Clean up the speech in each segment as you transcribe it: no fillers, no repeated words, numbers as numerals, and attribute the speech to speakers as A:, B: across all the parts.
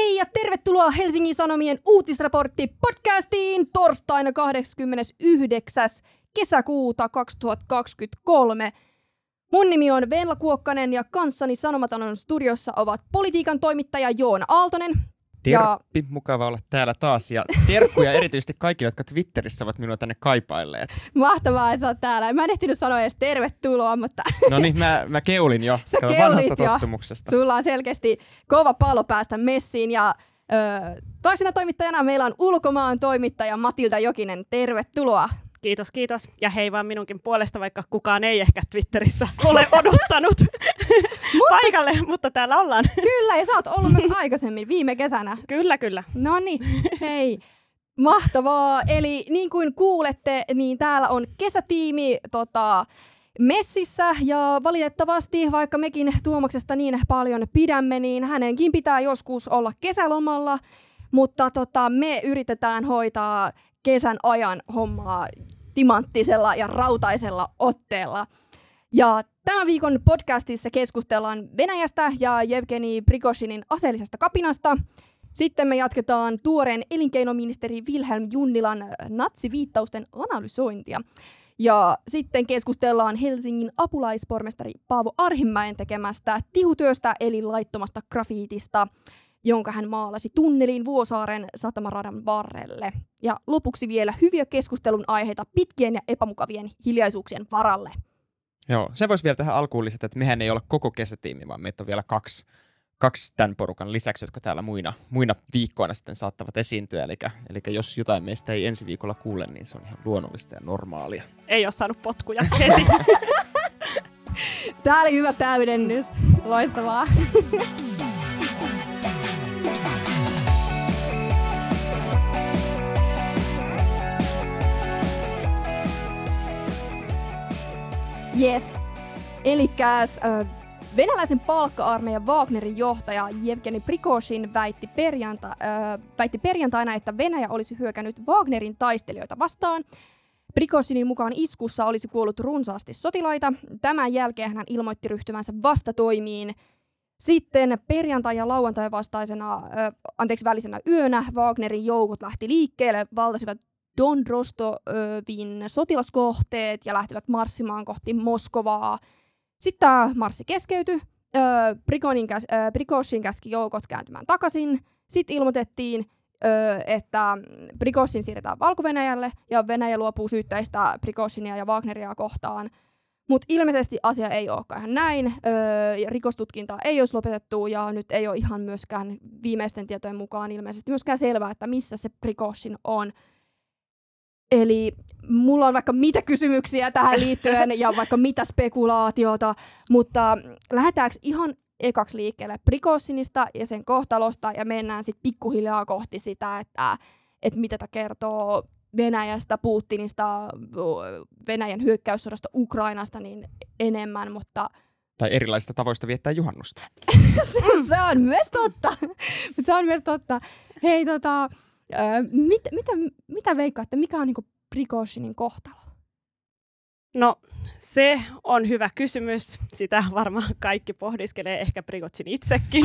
A: Hei ja tervetuloa Helsingin Sanomien uutisraportti-podcastiin torstaina 29. kesäkuuta 2023. Mun nimi on Venla Kuokkanen ja kanssani Sanomaton studiossa ovat politiikan toimittaja Joona Aaltonen.
B: Terppi, mukava olla täällä taas ja terkkuja erityisesti kaikille, jotka Twitterissä ovat minua tänne kaipailleet.
A: Mahtavaa, että sä oot täällä. Mä en ehtinyt sanoa edes tervetuloa, mutta...
B: No niin, mä keulin jo vanhasta tottumuksesta.
A: Sulla on selkeästi kova palo päästä messiin ja toisena toimittajana meillä on ulkomaan toimittaja Matilda Jokinen. Tervetuloa.
C: Kiitos, kiitos. Ja hei vaan minunkin puolesta, vaikka kukaan ei ehkä Twitterissä ole odottanut paikalle, mutta täällä ollaan.
A: Kyllä, ja sä oot ollut myös aikaisemmin viime kesänä.
C: Kyllä.
A: Noniin, hei. Mahtavaa. Eli niin kuin kuulette, niin täällä on kesätiimi messissä ja valitettavasti, vaikka mekin Tuomaksesta niin paljon pidämme, niin hänenkin pitää joskus olla kesälomalla, mutta me yritetään hoitaa kesän ajan hommaa timanttisella ja rautaisella otteella. Ja tämän viikon podcastissa keskustellaan Venäjästä ja Jevgeni Prigožinin aseellisesta kapinasta. Sitten me jatketaan tuoreen elinkeinoministeri Vilhelm Junnilan natsiviittausten analysointia. Ja sitten keskustellaan Helsingin apulaispormestari Paavo Arhinmäen tekemästä tihutyöstä eli laittomasta grafiitista, jonka hän maalasi tunneliin Vuosaaren satamaradan varrelle. Ja lopuksi vielä hyviä keskustelun aiheita pitkien ja epämukavien hiljaisuuksien varalle.
B: Joo, se voisi vielä tähän alkuun lisätä, että mehän ei ole koko kesätiimi, vaan meitä on vielä kaksi tämän porukan lisäksi, jotka täällä muina viikkoina sitten saattavat esiintyä. Eli jos jotain meistä ei ensi viikolla kuule, niin se on ihan luonnollista ja normaalia.
C: Ei ole saanut potkuja heti.
A: Tää oli hyvä täydennys. Loistavaa. Yes. Elikkäs venäläisen palkka-armeijan Wagnerin johtaja Jevgeni Prigožin väitti perjantaina, että Venäjä olisi hyökännyt Wagnerin taistelijoita vastaan. Prigožinin mukaan iskussa olisi kuollut runsaasti sotilaita. Tämän jälkeen hän ilmoitti ryhtyvänsä vastatoimiin. Sitten perjantai- ja lauantai välisenä yönä Wagnerin joukot lähti liikkeelle, valtasivat Don Rostovin sotilaskohteet ja lähtivät marssimaan kohti Moskovaa. Sitten tämä marssi keskeytyi. Prigožin käski joukot kääntymään takaisin. Sitten ilmoitettiin, että Prigožin siirretään Valko-Venäjälle ja Venäjä luopuu syytteistä Prigožinia ja Wagneria kohtaan. Mutta ilmeisesti asia ei olekaan ihan näin. Rikostutkintaa ei olisi lopetettu ja nyt ei ole ihan myöskään viimeisten tietojen mukaan ilmeisesti myöskään selvää, että missä se Prigožin on. Eli mulla on vaikka mitä kysymyksiä tähän liittyen ja vaikka mitä spekulaatiota, mutta lähdetäänkö ihan ekaksi liikkeelle Prigožinista ja sen kohtalosta ja mennään sitten pikkuhiljaa kohti sitä, että mitä tämä kertoo Venäjästä, Putinista, Venäjän hyökkäyssodasta Ukrainasta niin enemmän, mutta...
B: Tai erilaisista tavoista viettää juhannusta.
A: Se on myös totta. Hei, mitä veikkaatte, mikä on niinku Prigožinin kohtalo?
C: No, se on hyvä kysymys. Sitä varmaan kaikki pohdiskelee, ehkä Prigožin itsekin.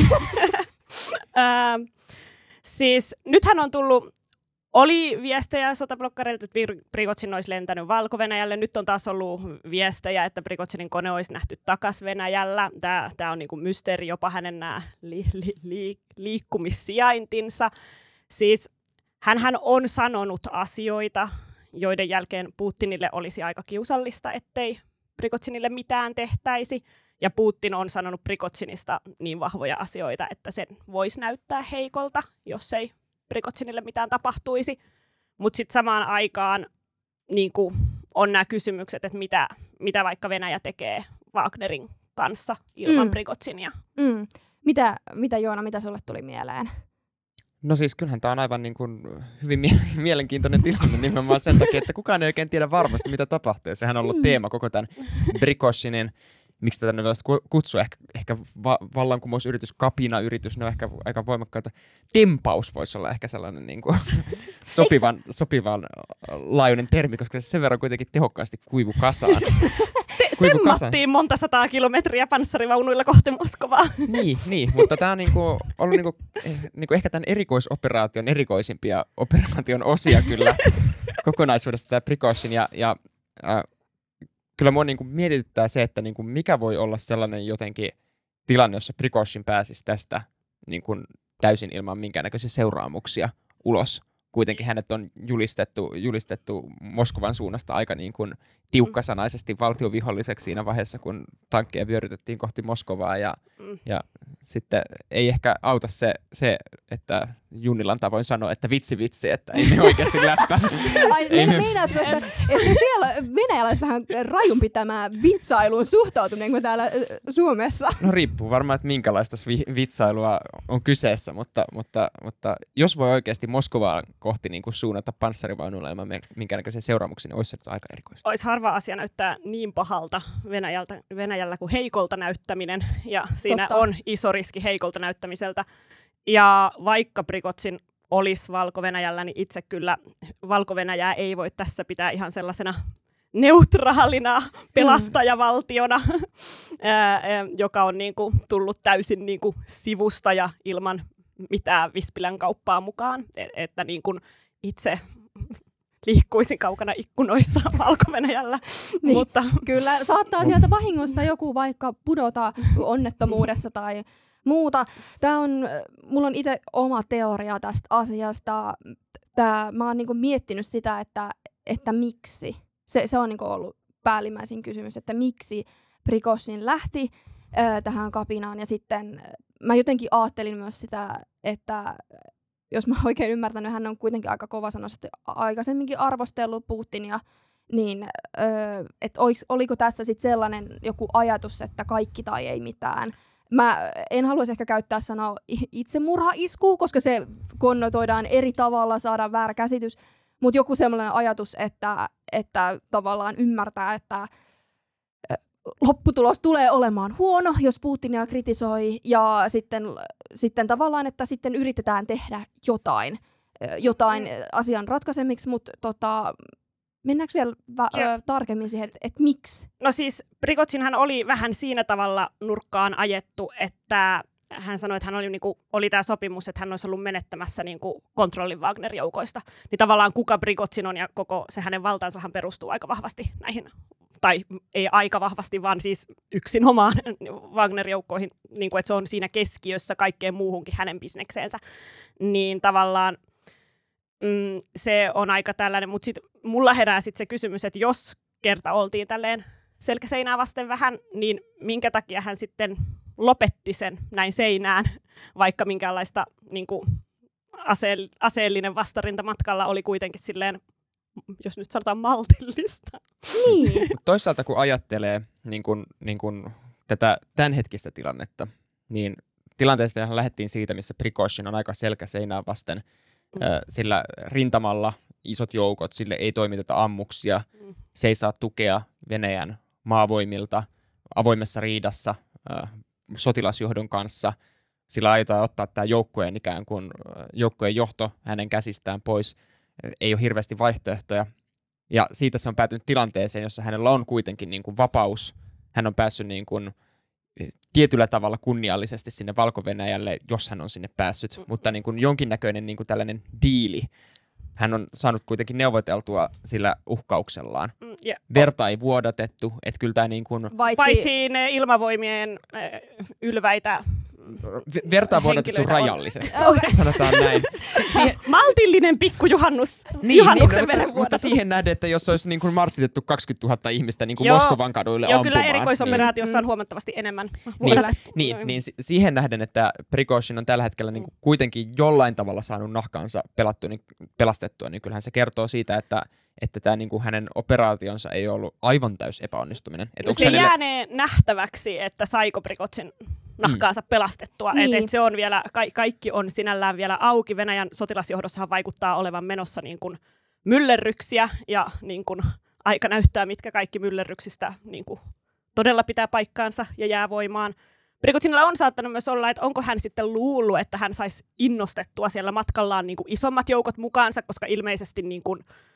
C: Siis nythän on oli viestejä sotablokkareilta, että Prigožin olisi lentänyt Valko-Venäjälle. Nyt on taas ollut viestejä, että Prigožinin kone olisi nähty takaisin Venäjällä. Tämä on niinku mysteeri, jopa hänen nämä liikkumissijaintinsa. Siis hänhän on sanonut asioita, joiden jälkeen Putinille olisi aika kiusallista, ettei Prigožinille mitään tehtäisi. Ja Putin on sanonut Prigožinista niin vahvoja asioita, että sen voisi näyttää heikolta, jos ei Prigožinille mitään tapahtuisi. Mutta sitten samaan aikaan niin on nämä kysymykset, että mitä vaikka Venäjä tekee Wagnerin kanssa ilman Prigožinia.
A: Mitä Joona, mitä sulle tuli mieleen?
B: No siis kyllähän tämä on aivan niin kuin hyvin mielenkiintoinen tilanne nimenomaan sen takia, että kukaan ei oikein tiedä varmasti, mitä tapahtuu. Ja sehän on ollut teema koko tämän Prigožinin, miksi tätä nyt voisi kutsua, ehkä vallankumousyritys, kapinayritys, ne on ehkä aika voimakkaita. Tempaus voisi olla ehkä sellainen niin kuin sopivan laajuinen termi, koska se sen verran kuitenkin tehokkaasti kuivu kasaan.
C: temmattiin monta 100 kilometriä panssarivaunuilla kohti Moskovaa.
B: Niin, mutta tämä on ollut ehkä tämän erikoisoperaation erikoisimpia operaation osia kyllä kokonaisuudessa tämä Prigozhin ja kyllä mua mietityttää se, että mikä voi olla sellainen jotenkin tilanne, jossa Prigozhin pääsisi tästä täysin ilman minkäännäköisiä seuraamuksia ulos. Kuitenkin hänet on julistettu Moskovan suunnasta aika tiukkasanaisesti valtioviholliseksi siinä vaiheessa, kun tankkeja vyörytettiin kohti Moskovaa ja sitten ei ehkä auta se, että Junnilan tavoin sanoo, että vitsi, että ei me oikeasti läppää.
A: Ai, meinaatko, että siellä venäläis vähän rajumpi tämä vitsailuun suhtautuminen kuin täällä Suomessa?
B: No riippuu varmaan, että minkälaista vitsailua on kyseessä, mutta jos voi oikeasti Moskovaan kohti suunnata panssarivaunuilla ilman minkäännäköisiä seuraamuksia, niin olisi se aika erikoista.
C: Olisi harva asia näyttää niin pahalta Venäjällä kuin heikolta näyttäminen, ja siinä on iso riski heikolta näyttämiseltä. Ja vaikka Prigozhin olisi Valko-Venäjällä, niin itse kyllä Valko-Venäjää ei voi tässä pitää ihan sellaisena neutraalina pelastajavaltiona, joka on tullut täysin sivusta ja ilman mitään Vispilän kauppaa mukaan. Että itse liikkuisin kaukana ikkunoista Valko-Venäjällä.
A: Niin,
C: mutta
A: kyllä saattaa sieltä vahingossa joku vaikka pudota onnettomuudessa tai muuta. Mulla on itse oma teoria tästä asiasta. Mä oon miettinyt sitä, että miksi. Se on ollut päällimmäisin kysymys, että miksi Prigozhin lähti tähän kapinaan. Ja sitten mä jotenkin ajattelin myös sitä, että jos mä oikein ymmärtänyt, hän on kuitenkin aika kovasanaisesti aikaisemminkin arvostellut Putinia, niin että oliko tässä sitten sellainen joku ajatus, että kaikki tai ei mitään. Mä en haluaisi ehkä käyttää sanaa itsemurhaisku, koska se konnotoidaan eri tavalla, saadaan väärä käsitys, mutta joku sellainen ajatus, että tavallaan ymmärtää, että lopputulos tulee olemaan huono, jos Putinia kritisoi, ja sitten tavallaan, että sitten yritetään tehdä jotain asian ratkaisemiksi, että mennäänkö vielä tarkemmin siihen, että miksi?
C: No siis Prigozhinhan oli vähän siinä tavalla nurkkaan ajettu, että hän sanoi, että hän oli tämä sopimus, että hän olisi ollut menettämässä kontrollin Wagner-joukoista. Niin tavallaan kuka Prigozhin on ja koko se hänen valtaansahan perustuu aika vahvasti näihin, tai ei aika vahvasti, vaan siis yksinomaan Wagner-joukkoihin, että se on siinä keskiössä kaikkeen muuhunkin hänen bisnekseensä. Niin tavallaan se on aika tällainen, mutta sitten mulla herää sitten se kysymys, että jos kerta oltiin tälleen selkäseinää vasten vähän, niin minkä takia hän sitten lopetti sen näin seinään, vaikka minkäänlaista aseellinen vastarinta matkalla oli kuitenkin silleen, jos nyt sanotaan maltillista.
A: Niin.
B: Toisaalta kun ajattelee tätä tämänhetkistä tilannetta, niin tilanteesta lähdettiin siitä, missä Prigozhin on aika selkäseinää vasten, sillä rintamalla isot joukot, sille ei toimiteta ammuksia, se ei saa tukea Venäjän maavoimilta avoimessa riidassa sotilasjohdon kanssa, sillä aiotaan ottaa tämä joukkueen ikään kuin joukkueen johto hänen käsistään pois, ei ole hirveästi vaihtoehtoja, ja siitä se on päätynyt tilanteeseen, jossa hänellä on kuitenkin vapaus, hän on päässyt tietyllä tavalla kunniallisesti sinne Valko-Venäjälle, jos hän on sinne päässyt, mutta jonkinnäköinen tällainen diili. Hän on saanut kuitenkin neuvoteltua sillä uhkauksellaan. Verta ei vuodatettu, että kyllä tämä
C: paitsi ne ilmavoimien ylväitä
B: verta on vuodatettu rajallisesti, sanotaan näin.
C: Maltillinen pikku juhannuksen verenvuodatus. Mutta
B: siihen nähden, että jos olisi marssitettu 20 000 ihmistä Moskovan kaduille ampumaan.
C: Kyllä erikoisoperaatiossa on huomattavasti enemmän.
B: Niin siihen nähden, että Prigozhin on tällä hetkellä kuitenkin jollain tavalla saanut nahkaansa pelastettua, niin kyllähän se kertoo siitä, että tämä hänen operaationsa ei ollut aivan täys epäonnistuminen.
C: Se jäänee nähtäväksi, että saiko Prigozhin nahkaansa pelastettua.
A: Niin.
C: Et se on vielä, kaikki on sinällään vielä auki. Venäjän sotilasjohdossahan vaikuttaa olevan menossa myllerryksiä, ja aika näyttää, mitkä kaikki myllerryksistä todella pitää paikkaansa ja jää voimaan. Prigozhinilla on saattanut myös olla, että onko hän sitten luullut, että hän saisi innostettua siellä matkallaan isommat joukot mukaansa, koska ilmeisesti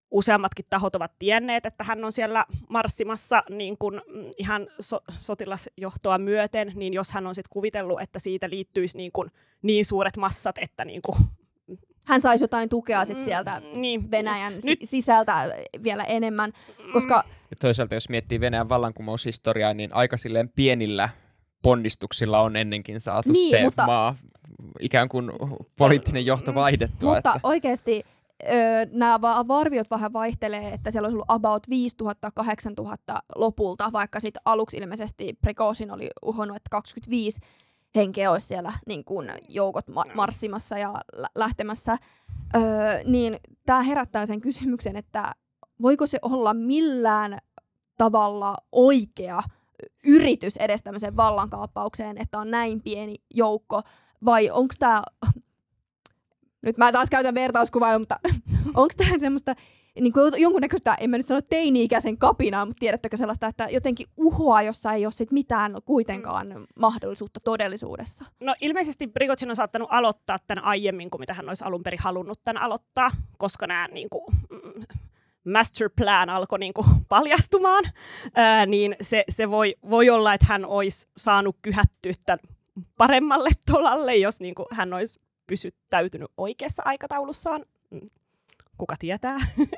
C: useammatkin tahot ovat tienneet, että hän on siellä marssimassa niin kuin ihan sotilasjohtoa myöten, niin jos hän on sitten kuvitellut, että siitä liittyisi niin suuret massat, että
A: hän saisi jotain tukea sit sieltä Venäjän sisältä vielä enemmän, koska...
B: Toisaalta jos miettii Venäjän vallankumoushistoriaa, niin aika silleen pienillä ponnistuksilla on ennenkin saatu maa ikään kuin poliittinen johto vaihdettua.
A: Mutta oikeasti nämä arviot vähän vaihtelee, että siellä olisi ollut about 5000, 8000 lopulta, vaikka sitten aluksi ilmeisesti Prigozhin oli uhonnut, että 25 henkeä olisi siellä niin kuin joukot marssimassa ja lähtemässä, niin tämä herättää sen kysymyksen, että voiko se olla millään tavalla oikea yritys edes tämmöiseen vallankaappaukseen, että on näin pieni joukko, vai onko tämä, nyt mä taas käytän vertauskuvailua, mutta onko tämä semmoista niin kuin jonkunnäköistä, en mä nyt sano teini-ikäisen kapinaa, mutta tiedättekö sellaista, että jotenkin uhoa, jossa ei ole sit mitään kuitenkaan mahdollisuutta todellisuudessa?
C: No ilmeisesti Prigozhin on saattanut aloittaa tämän aiemmin kuin mitä hän olisi alun perin halunnut tämän aloittaa, koska nämä master plan alkoi paljastumaan, niin se voi olla, että hän olisi saanut kyhättyä tämän paremmalle tolalle, jos hän olisi pysyttäytynyt oikeassa aikataulussaan. Kuka tietää.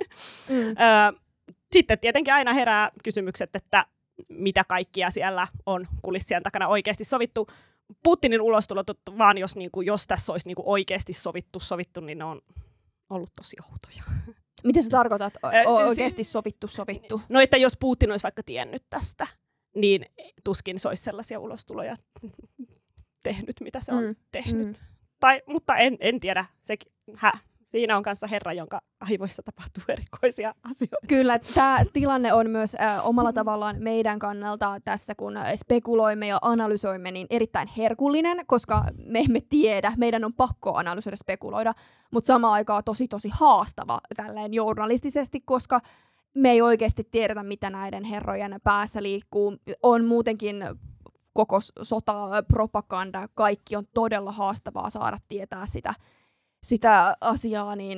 C: Sitten tietenkin aina herää kysymykset, että mitä kaikkia siellä on kulissien takana oikeasti sovittu. Putinin ulostulot vaan, jos tässä olisi oikeasti sovittu, niin ne on ollut tosi outoja.
A: Miten sä tarkoitat oikeasti sovittu?
C: No, että jos Putin olisi vaikka tiennyt tästä, niin tuskin se olisi sellaisia ulostuloja tehnyt, mitä se on tehnyt. Mutta en tiedä. Siinä on kanssa herra, jonka aivoissa tapahtuu erikoisia asioita.
A: Kyllä, tämä tilanne on myös omalla tavallaan meidän kannalta tässä, kun spekuloimme ja analysoimme, niin erittäin herkullinen, koska me emme tiedä, meidän on pakko analysoida, spekuloida, mutta samaan aikaan tosi haastava tälleen journalistisesti, koska me ei oikeasti tiedetä, mitä näiden herrojen päässä liikkuu. On muutenkin koko sota, propaganda, kaikki on todella haastavaa saada tietää sitä asiaa, niin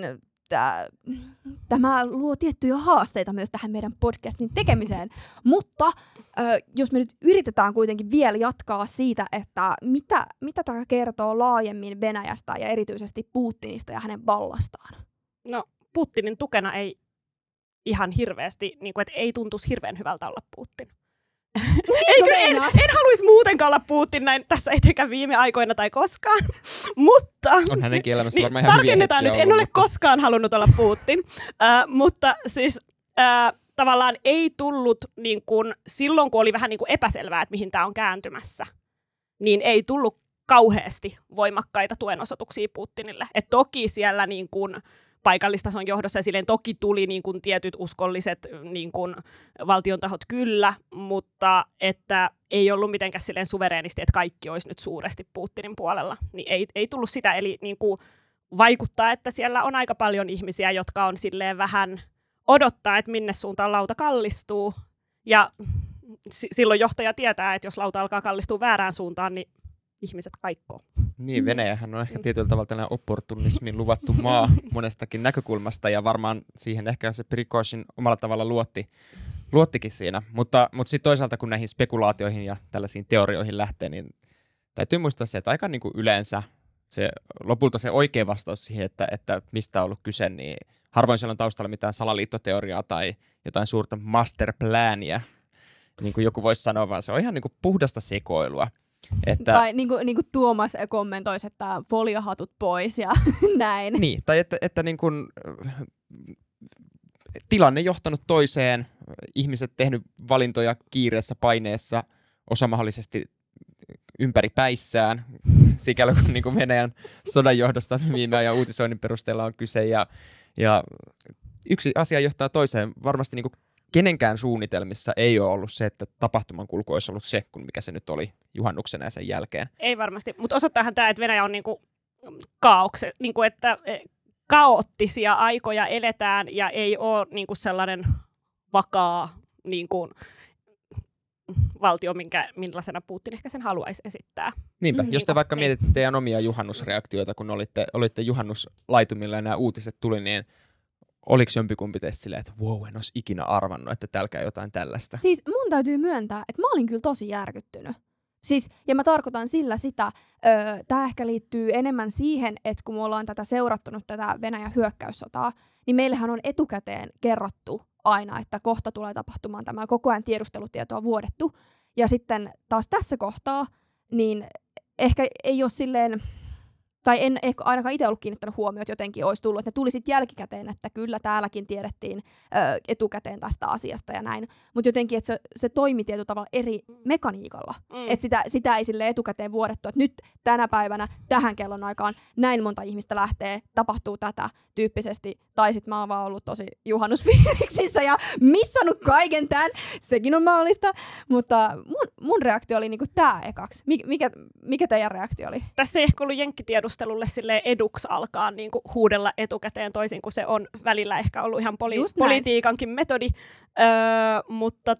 A: tämä luo tiettyjä haasteita myös tähän meidän podcastin tekemiseen. Mutta jos me nyt yritetään kuitenkin vielä jatkaa siitä, että mitä tämä kertoo laajemmin Venäjästä ja erityisesti Putinista ja hänen vallastaan?
C: No, Putinin tukena ei ihan hirveästi, että ei tuntuisi hirveän hyvältä olla Putin. En haluaisi muutenkaan olla Putin näin tässä etenkään viime aikoina tai koskaan, mutta
B: on hänenkin elämässä varmaan ihan hyviä hetkiä
C: nyt, en ole koskaan halunnut olla Putin, mutta siis tavallaan ei tullut silloin, kun oli vähän epäselvää, että mihin tämä on kääntymässä, niin ei tullut kauheasti voimakkaita tuenosoituksia Putinille. Et toki siellä paikallistason johdossa ja silleen toki tuli tietyt uskolliset valtion tahot kyllä, mutta että ei ollut mitenkään silleen suvereenisti, että kaikki olisi nyt suuresti Putinin puolella. Niin ei tullut sitä, eli vaikuttaa, että siellä on aika paljon ihmisiä, jotka on silleen vähän odottaa, että minne suuntaan lauta kallistuu. Ja silloin johtaja tietää, että jos lauta alkaa kallistua väärään suuntaan, niin ihmiset kaikkoo.
B: Niin, Venäjähän on ehkä tietyllä tavalla tällainen opportunismin luvattu maa monestakin näkökulmasta, ja varmaan siihen ehkä se Prigozhin omalla tavalla luottikin siinä. Mutta sitten toisaalta, kun näihin spekulaatioihin ja tällaisiin teorioihin lähtee, niin täytyy muistaa se, että aika yleensä lopulta se oikea vastaus siihen, että mistä on ollut kyse, niin harvoin siellä on taustalla mitään salaliittoteoriaa tai jotain suurta masterplania, niin kuin joku voisi sanoa, vaan se on ihan puhdasta sekoilua.
A: Tai niin kuin Tuomas kommentoisi, että foliohatut pois ja näin.
B: Niin, tai että tilanne johtanut toiseen, ihmiset tehnyt valintoja kiireessä, paineessa, osa mahdollisesti ympäripäissään, sikäli kun Venäjän sodan johdosta viime ajan uutisoinnin perusteella on kyse, ja yksi asia johtaa toiseen. Varmasti kenenkään suunnitelmissa ei ole ollut se, että tapahtuman kulku olisi ollut se, mikä se nyt oli juhannuksena ja sen jälkeen.
C: Ei varmasti, mutta osoittaahan tämä, että Venäjä on että kaoottisia aikoja eletään ja ei ole sellainen vakaa valtio, millaisena Putin ehkä sen haluaisi esittää.
B: Niinpä, jos te vaikka mietitte teidän omia juhannusreaktioita, kun olitte juhannuslaitumilla ja nämä uutiset tuli, niin oliko jompikumpi teistä silleen, että wow, en olisi ikinä arvannut, että täällä käy jotain tällaista?
A: Siis mun täytyy myöntää, että mä olin kyllä tosi järkyttynyt. Siis, ja mä tarkoitan sillä sitä, tää ehkä liittyy enemmän siihen, että kun me ollaan tätä seurattunut, tätä Venäjän hyökkäyssotaa, niin meillähän on etukäteen kerrottu aina, että kohta tulee tapahtumaan tämä, koko ajan tiedustelutietoa vuodettu. Ja sitten taas tässä kohtaa, niin ehkä ei ole silleen, tai en ehkä ainakaan itse ollut kiinnittänyt huomioon, että jotenkin olisi tullut, että ne tuli sitten jälkikäteen, että kyllä täälläkin tiedettiin etukäteen tästä asiasta ja näin. Mutta jotenkin, että se toimi tietyllä tavalla eri mekaniikalla. Että sitä ei sille etukäteen vuodettu, että nyt tänä päivänä tähän kellon aikaan näin monta ihmistä lähtee, tapahtuu tätä tyyppisesti. Tai sitten mä oon vaan ollut tosi juhannusfiiliksissä ja missannut kaiken tämän. Sekin on mahdollista. Mutta mun reaktio oli niinku tää ekaksi. Mikä teidän reaktio oli?
C: Tässä ei ehkä ollut jenkkitiedustelulle eduksi alkaa niinku huudella etukäteen toisin kuin se on välillä ehkä ollut ihan politiikankin metodi. Mutta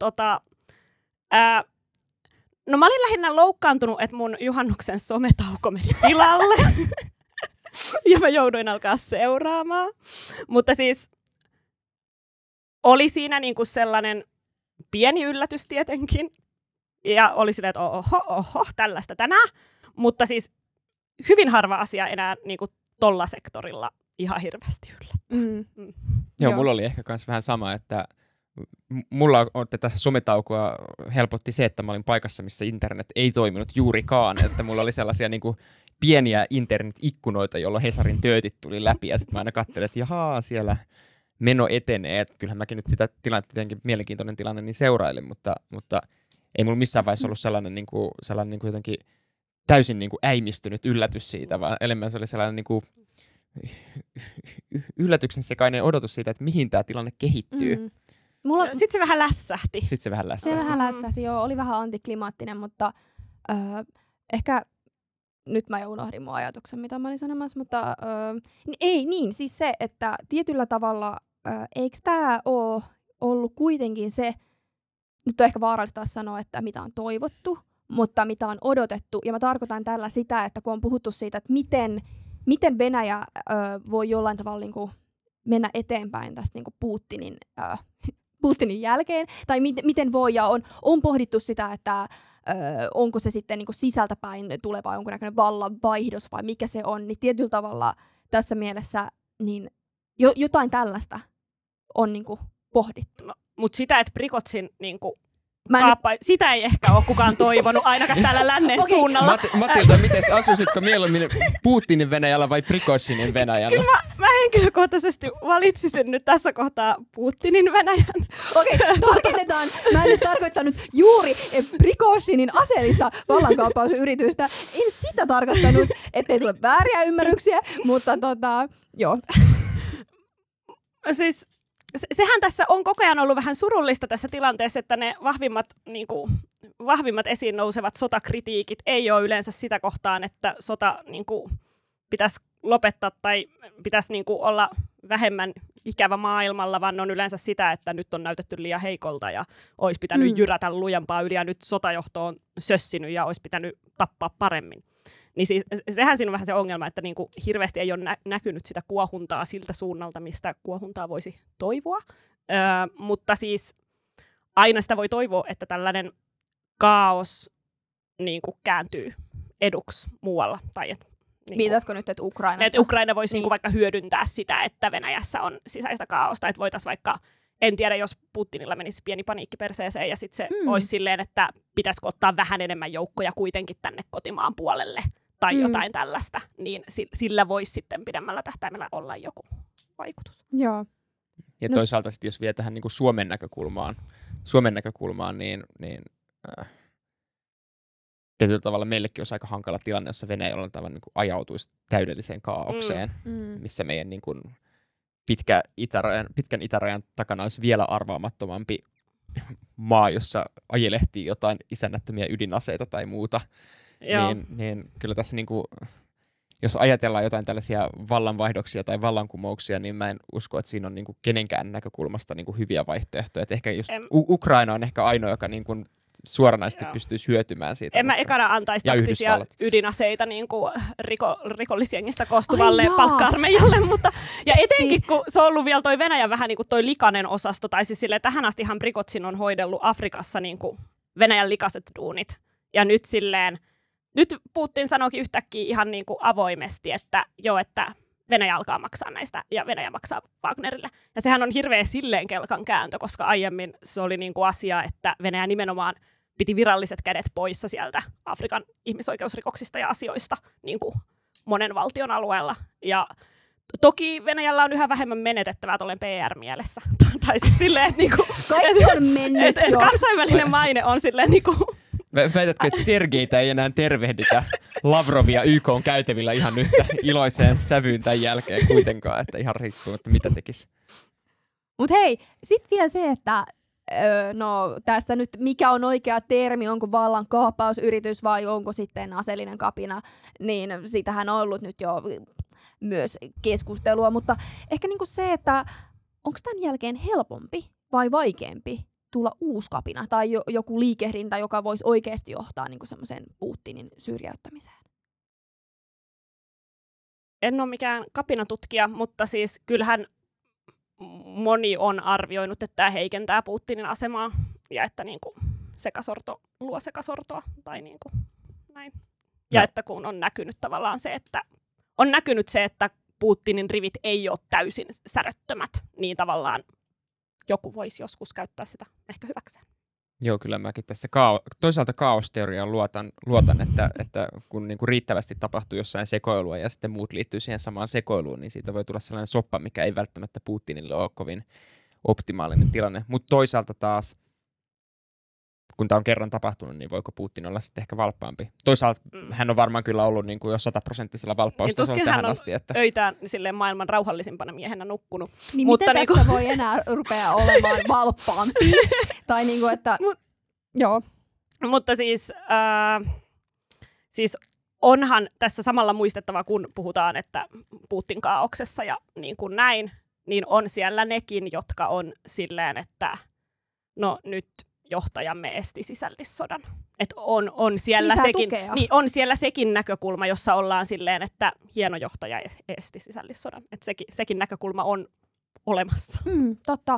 C: no mä olin lähinnä loukkaantunut, että mun juhannuksen sometauko meni pilalle. Ja mä jouduin alkaa seuraamaan. Mutta siis oli siinä niinku sellainen pieni yllätys tietenkin. Ja oli silleen, että oho, tällaista tänään. Mutta siis hyvin harva asia enää niinku tolla sektorilla ihan hirveästi yllättää.
B: Joo, mulla oli ehkä kans vähän sama, että mulla on tätä sometaukoa helpotti se, että mä olin paikassa, missä internet ei toiminut juurikaan. Että mulla oli sellaisia niinku pieniä internet-ikkunoita, jolloin Hesarin töötit tuli läpi. Ja sitten mä aina katselin, että jahaa, siellä meno etenee. Et kyllähän mäkin nyt sitä tilannetta, tietenkin mielenkiintoinen tilanne, niin seurailin. Mutta ei mulla missään vaiheessa ollut sellainen niinku jotenkin täysin niinku äimistynyt yllätys siitä, vaan enemmän se oli sellainen niinku yllätyksen sekainen odotus siitä, että mihin tämä tilanne kehittyy.
C: Sitten se vähän lässähti.
A: Se vähän lässähti, joo. Oli vähän antiklimaattinen, mutta ehkä nyt mä jo unohdin mun ajatuksen, mitä mä olin sanomassa, mutta ei niin, siis se, että tietyllä tavalla eikö tämä ole ollut kuitenkin se, nyt on ehkä vaarallista taas sanoa, että mitä on toivottu, mutta mitä on odotettu, ja mä tarkoitan tällä sitä, että kun on puhuttu siitä, että miten Venäjä voi jollain tavalla niin kuin mennä eteenpäin tästä niin kuin Putinin jälkeen, tai miten voi, ja on pohdittu sitä, että onko se sitten niin kuin sisältäpäin tuleva jonkunnäköinen vallanvaihdos vai mikä se on, niin tietyllä tavalla tässä mielessä niin jotain tällaista on niin kuin pohdittu.
C: No, mutta sitä, että Prigozhin niin kuin sitä ei ehkä ole kukaan toivonut, ainakaan täällä lännen suunnalla.
B: Matilda, miten asuisitko mieluummin Putinin Venäjällä vai Prigozhinin Venäjällä?
C: Kyllä mä henkilökohtaisesti valitsisin nyt tässä kohtaa Putinin Venäjän.
A: Okei, tarkennetaan. Mä en nyt tarkoittanut juuri Prigozhinin aseellista vallankaappausyritystä. En sitä tarkoittanut, ettei tule vääriä ymmärryksiä, mutta joo.
C: Siis sehän tässä on koko ajan ollut vähän surullista tässä tilanteessa, että ne vahvimmat esiin nousevat sotakritiikit ei ole yleensä sitä kohtaan, että sota pitäisi lopettaa tai pitäisi olla vähemmän ikävä maailmalla, vaan on yleensä sitä, että nyt on näytetty liian heikolta ja olisi pitänyt jyrätä lujempaa yli ja nyt sotajohto on sössinyt ja olisi pitänyt tappaa paremmin. Niin siis, sehän siinä on vähän se ongelma, että hirveästi ei ole näkynyt sitä kuohuntaa siltä suunnalta, mistä kuohuntaa voisi toivoa. Mutta aina sitä voi toivoa, että tällainen kaos kääntyy eduksi muualla. Tai
A: viitatko nyt, että Ukrainassa?
C: Että Ukraina voisi vaikka hyödyntää sitä, että Venäjässä on sisäistä kaaosta. Että voitaisiin vaikka, en tiedä, jos Putinilla menisi pieni paniikki perseeseen ja sitten se olisi silleen, että pitäisikö ottaa vähän enemmän joukkoja kuitenkin tänne kotimaan puolelle. Tai jotain tällaista, niin sillä voisi sitten pidemmällä tähtäimellä olla joku vaikutus.
A: Joo.
B: Ja toisaalta sitten, jos vie tähän Suomen näkökulmaan, niin tietyllä tavalla meillekin olisi aika hankala tilanne, jossa Venäjä jollain tavalla ajautuisi täydelliseen kaaukseen, missä meidän pitkän itärajan takana olisi vielä arvaamattomampi maa, jossa ajelehtii jotain isännättömiä ydinaseita tai muuta. Niin kyllä tässä jos ajatellaan jotain tällaisia vallanvaihdoksia tai vallankumouksia, niin mä en usko, että siinä on kenenkään näkökulmasta hyviä vaihtoehtoja. Et ehkä jos Ukraina on ehkä ainoa, joka suoranaisesti pystyisi hyötymään siitä.
C: En mä ekana antaisi taktisia ydinaseita niin kuin rikollisjengistä koostuvalle palkka-armeijalle, mutta ja etenkin kun se on ollut vielä toi Venäjän vähän niin kuin toi likainen osasto, tai siis silleen, tähän astihan Prigozhin on hoidellut Afrikassa niin kuin Venäjän likaiset duunit. Ja nyt Putin sanoikin yhtäkkiä ihan niin kuin avoimesti, että Venäjä alkaa maksaa näistä ja Venäjä maksaa Wagnerille. Ja sehän on hirveä silleen kelkan kääntö, koska aiemmin se oli niin kuin asia, että Venäjä nimenomaan piti viralliset kädet poissa sieltä Afrikan ihmisoikeusrikoksista ja asioista niin kuin monen valtion alueella. Ja toki Venäjällä on yhä vähemmän menetettävää tuolleen PR-mielessä. Tai siis silleen, että niinku,
A: kaikki on mennyt jo.
C: Kansainvälinen maine on silleen niinku...
B: Väitätkö, että Sergeitä ei enää tervehditä Lavrovia YK:n käytävillä ihan yhtä iloiseen sävyyn tämän jälkeen kuitenkaan, että ihan riippumatta mitä tekisi.
A: Mut hei, sit vielä se, että no tästä nyt mikä on oikea termi, onko vallan kaappausyritys vai onko sitten aseellinen kapina, niin siitähän on ollut nyt jo myös keskustelua, mutta ehkä niinku se, että onko tämän jälkeen helpompi vai vaikeampi tulla uusi kapina tai joku liikehdintä, joka voisi oikeasti johtaa niinku semmoisen Putinin syrjäyttämiseen?
C: En ole mikään kapinatutkija, mutta siis kyllähän moni on arvioinut, että tämä heikentää Putinin asemaa ja että niinku sekasorto luo sekasortoa tai niinku näin. Ja että kun on näkynyt tavallaan se, että Putinin rivit ei ole täysin säröttömät, niin tavallaan joku voisi joskus käyttää sitä ehkä hyväkseen.
B: Joo, kyllä mäkin tässä toisaalta kaosteoriaan luotan että kun niinku riittävästi tapahtuu jossain sekoilua ja sitten muut liittyy siihen samaan sekoiluun, niin siitä voi tulla sellainen soppa, mikä ei välttämättä Putinille ole kovin optimaalinen tilanne. Mutta toisaalta taas, kun tämä on kerran tapahtunut, niin voiko Putin olla sitten ehkä valppaampi? Toisaalta hän on varmaan kyllä ollut niin kuin jo 100% valppaustasolla niin tähän asti. Että
C: öitään silleen maailman rauhallisimpana miehenä nukkunut.
A: Niin mutta miten tässä voi enää rupea olemaan valppaampi? Tai niin kuin, että... Joo.
C: Mutta siis onhan tässä samalla muistettava, kun puhutaan, että Putin kaauksessa ja niin kuin näin, niin on siellä nekin, jotka on silleen, että no nyt johtajamme esti sisällissodan. Että on siellä sekin näkökulma, jossa ollaan silleen, että hieno johtaja esti sisällissodan. Että sekin näkökulma on olemassa.
A: Totta.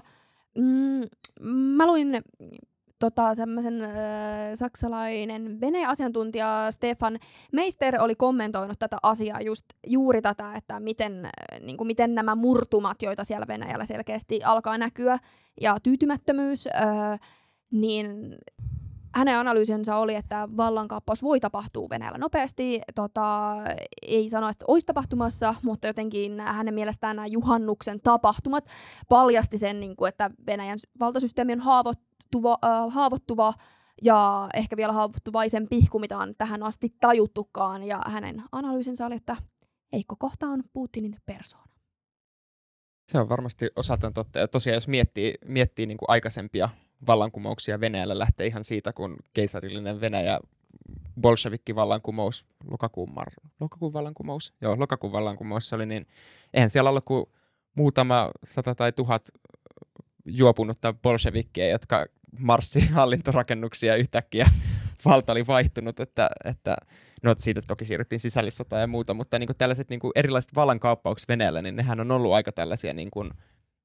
A: Mä luin tämmöisen saksalainen Venäjä-asiantuntija Stefan Meister oli kommentoinut tätä asiaa juuri tätä, että miten nämä murtumat, joita siellä Venäjällä selkeästi alkaa näkyä, ja tyytymättömyys, niin hänen analyysinsä oli, että vallankaappaus voi tapahtua Venäjällä nopeasti. Ei sano, että olisi tapahtumassa, mutta jotenkin hänen mielestään nämä juhannuksen tapahtumat paljasti sen, että Venäjän valtasysteemi on haavoittuva ja ehkä vielä haavoittuvaisempi kuin mitä on tähän asti tajuttukaan. Ja hänen analyysinsä oli, että heikko kohta on Putinin persoona.
B: Se on varmasti osaltaan totta. Ja tosiaan jos miettii niin kuin aikaisempia vallankumouksia Venäjällä lähtee ihan siitä, kun keisarillinen Venäjä, bolshevikki-vallankumous, lokakuun vallankumous oli, niin eihän siellä ollut kuin muutama 100 tai 1000 juopunutta bolshevikkiä, jotka marssi hallintorakennuksia yhtäkkiä. Valta oli vaihtunut, että no siitä toki siirryttiin sisällissotaan ja muuta, mutta niin kuin tällaiset niin kuin erilaiset vallankaappaukset Venäjällä, niin nehän on ollut aika tällaisia niin kuin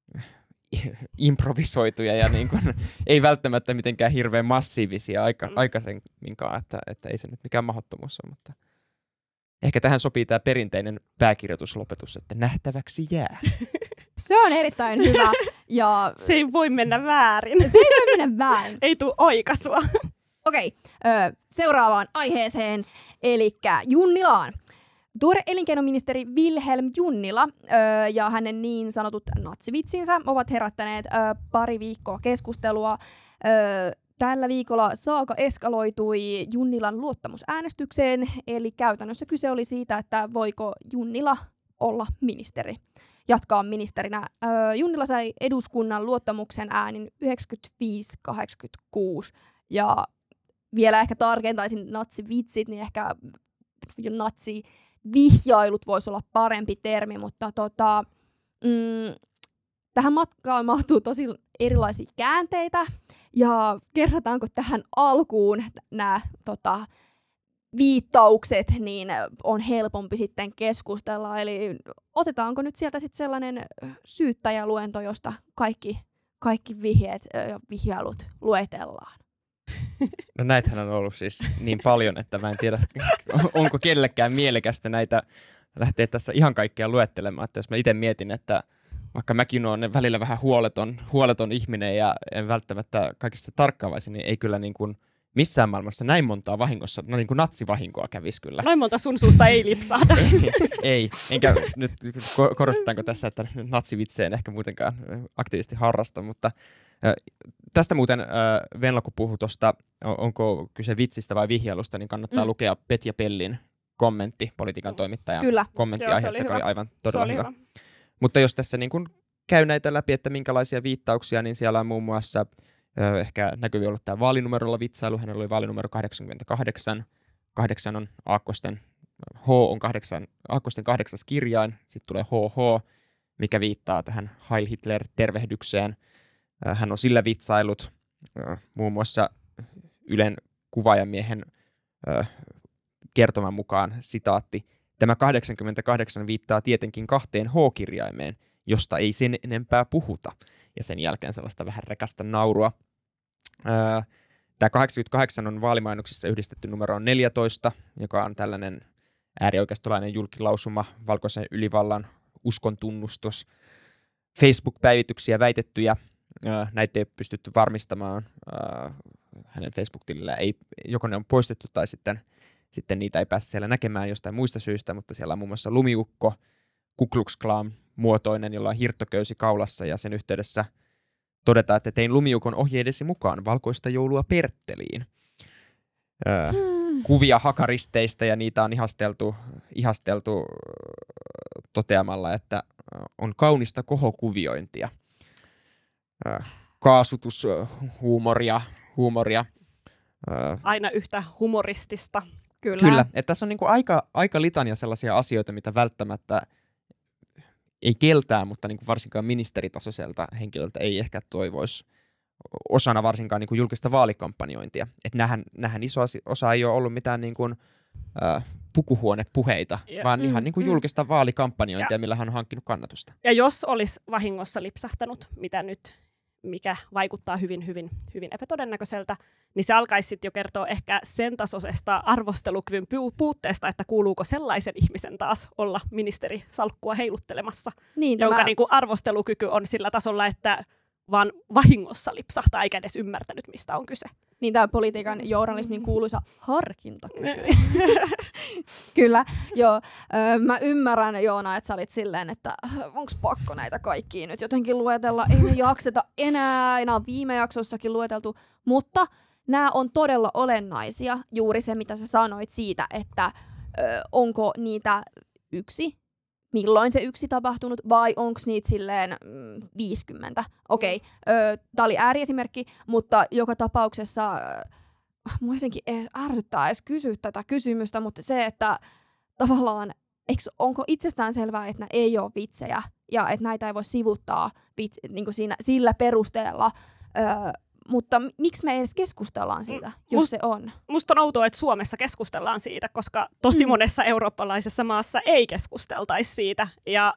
B: improvisoituja ja niin kuin, ei välttämättä mitenkään hirveän massiivisia aikaisemminkaan, että ei se nyt mikään mahdottomuus ole, mutta ehkä tähän sopii tämä perinteinen pääkirjoituslopetus, että nähtäväksi jää.
A: Se on erittäin hyvä. Ja
C: se ei voi mennä väärin. Ei tule oikaisua.
A: Okei, seuraavaan aiheeseen, eli Junnilaan. Tuore elinkeinoministeri Wilhelm Junnila ja hänen niin sanotut natsivitsinsä ovat herättäneet pari viikkoa keskustelua. Tällä viikolla saaga eskaloitui Junnilan luottamusäänestykseen, eli käytännössä kyse oli siitä, että voiko Junnila olla ministeri, jatkaa ministerinä. Junnila sai eduskunnan luottamuksen äänin 95-86, ja vielä ehkä tarkentaisin natsivitsit, niin ehkä natsivihjailut voisi olla parempi termi, mutta tähän matkaan mahtuu tosi erilaisia käänteitä, Ja kerrotaanko tähän alkuun nämä viittaukset, niin on helpompi sitten keskustella. Eli otetaanko nyt sieltä sitten sellainen syyttäjäluento, josta kaikki vihjeet ja vihjailut luetellaan?
B: No näitähän on ollut siis niin paljon, että mä en tiedä, onko kellekään mielekästä näitä lähteä tässä ihan kaikkea luettelemaan. Että jos mä itse mietin, että vaikka mäkin olen välillä vähän huoleton ihminen ja en välttämättä kaikista tarkkaavaisin, niin ei kyllä niin kuin missään maailmassa näin montaa vahingossa, no niin kuin natsivahinkoa kävisi kyllä.
C: Noin monta sun suusta ei lipsahda.
B: ei, enkä nyt korostetaanko tässä, että natsivitsejä en ehkä muutenkaan aktiivisesti harrasta, mutta tästä muuten Venla, kun puhui tuosta, onko kyse vitsistä vai vihjailusta, niin kannattaa lukea Petja Pellin kommentti, politiikan toimittajan kommentti aiheesta, joka oli aivan todella hyvä. Mutta jos tässä niin kun käy näitä läpi, että minkälaisia viittauksia, niin siellä on muun muassa ehkä näkyy ollut tämä vaalinumerolla vitsailu. Hänellä oli vaalinumero 88. 8 on aakkosten, H on aakkosten 8. kirjain. Sitten tulee HH, mikä viittaa tähän Heil Hitler-tervehdykseen. Hän on sillä vitsailut muun muassa Ylen kuvaajamiehen kertoman mukaan, sitaatti, tämä 88 viittaa tietenkin 2 H-kirjaimeen, josta ei sen enempää puhuta. Ja sen jälkeen sellaista vähän räkästä naurua. Tämä 88 on vaalimainoksissa yhdistetty numeroon 14, joka on tällainen äärioikeistolainen julkilausuma, valkoisen ylivallan uskon tunnustus. Facebook-päivityksiä väitettyjä, näitä ei pystytty varmistamaan. Hänen Facebook-tilillä joko ne on poistettu tai sitten niitä ei pääse siellä näkemään jostain muista syistä, mutta siellä on muun muassa lumiukko, Ku Klux Klan muotoinen, jolla on hirttoköysi kaulassa, ja sen yhteydessä todetaan, että tein lumiukon ohjeidesi mukaan valkoista joulua Pertteliin. Kuvia hakaristeistä, ja niitä on ihasteltu toteamalla, että on kaunista kohokuviointia. Kaasutushuumoria.
C: Aina yhtä humoristista.
A: Kyllä.
B: Että tässä on niinku aika litania sellaisia asioita, mitä välttämättä ei keltää, mutta niinku varsinkaan ministeritasoiselta henkilöltä ei ehkä toivoisi osana varsinkaan niinku julkista vaalikampanjointia. Että nämähän iso osa ei ole ollut mitään niinku, pukuhuonepuheita, vaan ihan niinku julkista vaalikampanjointia, millä hän on hankkinut kannatusta.
C: Ja jos olisi vahingossa lipsahtanut, mikä vaikuttaa hyvin, hyvin, hyvin epätodennäköiseltä, niin se alkaisi sitten jo kertoa ehkä sen tasoisesta arvostelukyvyn puutteesta, että kuuluuko sellaisen ihmisen taas olla ministerisalkkua heiluttelemassa, jonka niinku arvostelukyky on sillä tasolla, että vaan vahingossa lipsahtaa eikä edes ymmärtänyt, mistä on kyse.
A: Niin tämä politiikan journalismin kuuluisa harkintakyky. Kyllä, joo. Mä ymmärrän, Joona, että sä olit silleen, että onks pakko näitä kaikkia nyt jotenkin luetella. Ei me jakseta enää on viime jaksossakin lueteltu, mutta nämä on todella olennaisia. Juuri se, mitä sä sanoit siitä, että onko niitä yksi, milloin se yksi tapahtunut, vai onko niitä silleen 50? Okei, tää oli ääriesimerkki, mutta joka tapauksessa mua jotenkin ärsyttää edes kysyä tätä kysymystä, mutta se, että tavallaan, onko itsestään selvää, että nämä ei ole vitsejä, ja että näitä ei voi sivuttaa niin kuin sillä perusteella, mutta miksi me edes keskustellaan siitä, jos se on?
C: Musta on outoa, että Suomessa keskustellaan siitä, koska tosi monessa eurooppalaisessa maassa ei keskusteltaisi siitä. Ja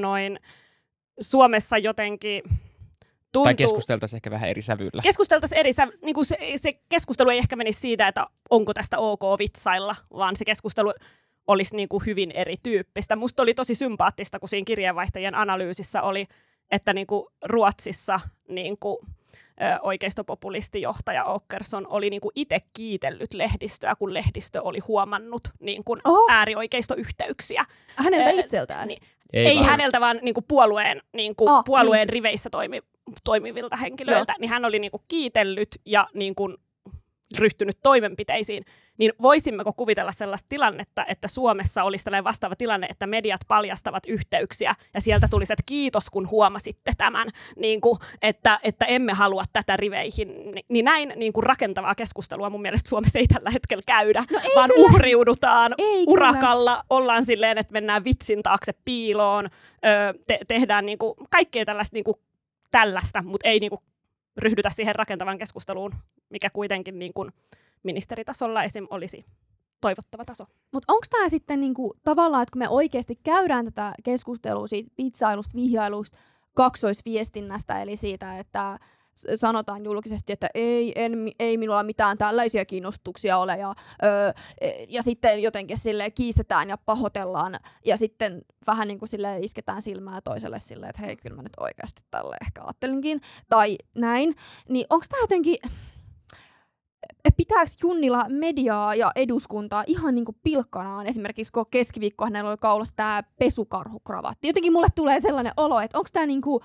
C: Suomessa jotenkin tuntuu...
B: Tai keskusteltaisiin ehkä vähän eri sävyllä.
C: Keskusteltaisiin eri sävyllä. Niin se keskustelu ei ehkä menisi siitä, että onko tästä ok vitsailla, vaan se keskustelu olisi niin kuin hyvin erityyppistä. Musta oli tosi sympaattista, kun siinä kirjeenvaihtajien analyysissä oli, että niin kuin Ruotsissa... Niin kuin oikeistopopulistijohtaja Åkesson oli niinku itse kiitellyt lehdistöä, kun lehdistö oli huomannut niinku äärioikeistoyhteyksiä.
A: Häneltä itseltään?
C: Ei häneltä, vaan niinku puolueen riveissä toimivilta henkilöiltä. Niin hän oli niinku kiitellyt ja niinku ryhtynyt toimenpiteisiin. Niin voisimmeko kuvitella sellaista tilannetta, että Suomessa olisi tällainen vastaava tilanne, että mediat paljastavat yhteyksiä ja sieltä tulisi, että kiitos kun huomasitte tämän, niin kuin, että emme halua tätä riveihin. Niin näin niin kuin rakentavaa keskustelua mun mielestä Suomessa ei tällä hetkellä käydä, vaan kyllä. Uhriudutaan urakalla, ollaan silleen, että mennään vitsin taakse piiloon, tehdään niin kuin kaikkea tällaista, niin kuin tällaista, mutta ei niin kuin ryhdytä siihen rakentavan keskusteluun, mikä kuitenkin niin kuin ministeritasolla esim. Olisi toivottava taso.
A: Mutta onko tämä sitten niinku, tavallaan, että kun me oikeasti käydään tätä keskustelua siitä vitsailusta, vihjailusta, kaksoisviestinnästä, eli siitä, että sanotaan julkisesti, että ei minulla mitään tällaisia kiinnostuksia ole, ja sitten jotenkin sille kiistetään ja pahoitellaan, ja sitten vähän niin kuin sille isketään silmää toiselle silleen, että hei, kyllä mä nyt oikeasti tälle ehkä ajattelinkin, tai näin, niin onko tämä jotenkin, pitääkö Junnila mediaa ja eduskuntaa ihan niin kuin pilkkanaan, esimerkiksi kun keskiviikkoa hänellä oli kaulassa tämä pesukarhukravatti. Jotenkin mulle tulee sellainen olo, että onko tämä niinku,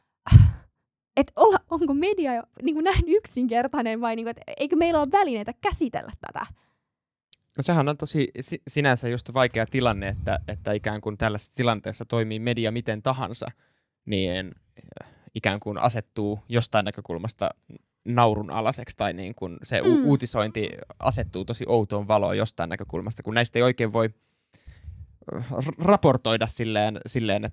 A: onko media niinku näin yksinkertainen vai niinku, että eikö meillä ole välineitä käsitellä tätä?
B: No sehän on tosi sinänsä just vaikea tilanne, että ikään kuin tällaisessa tilanteessa toimii media miten tahansa, niin ikään kuin asettuu jostain näkökulmasta naurun alaseksi tai niin kuin se uutisointi asettuu tosi outoon valoon jostain näkökulmasta, kun näistä ei oikein voi raportoida silleen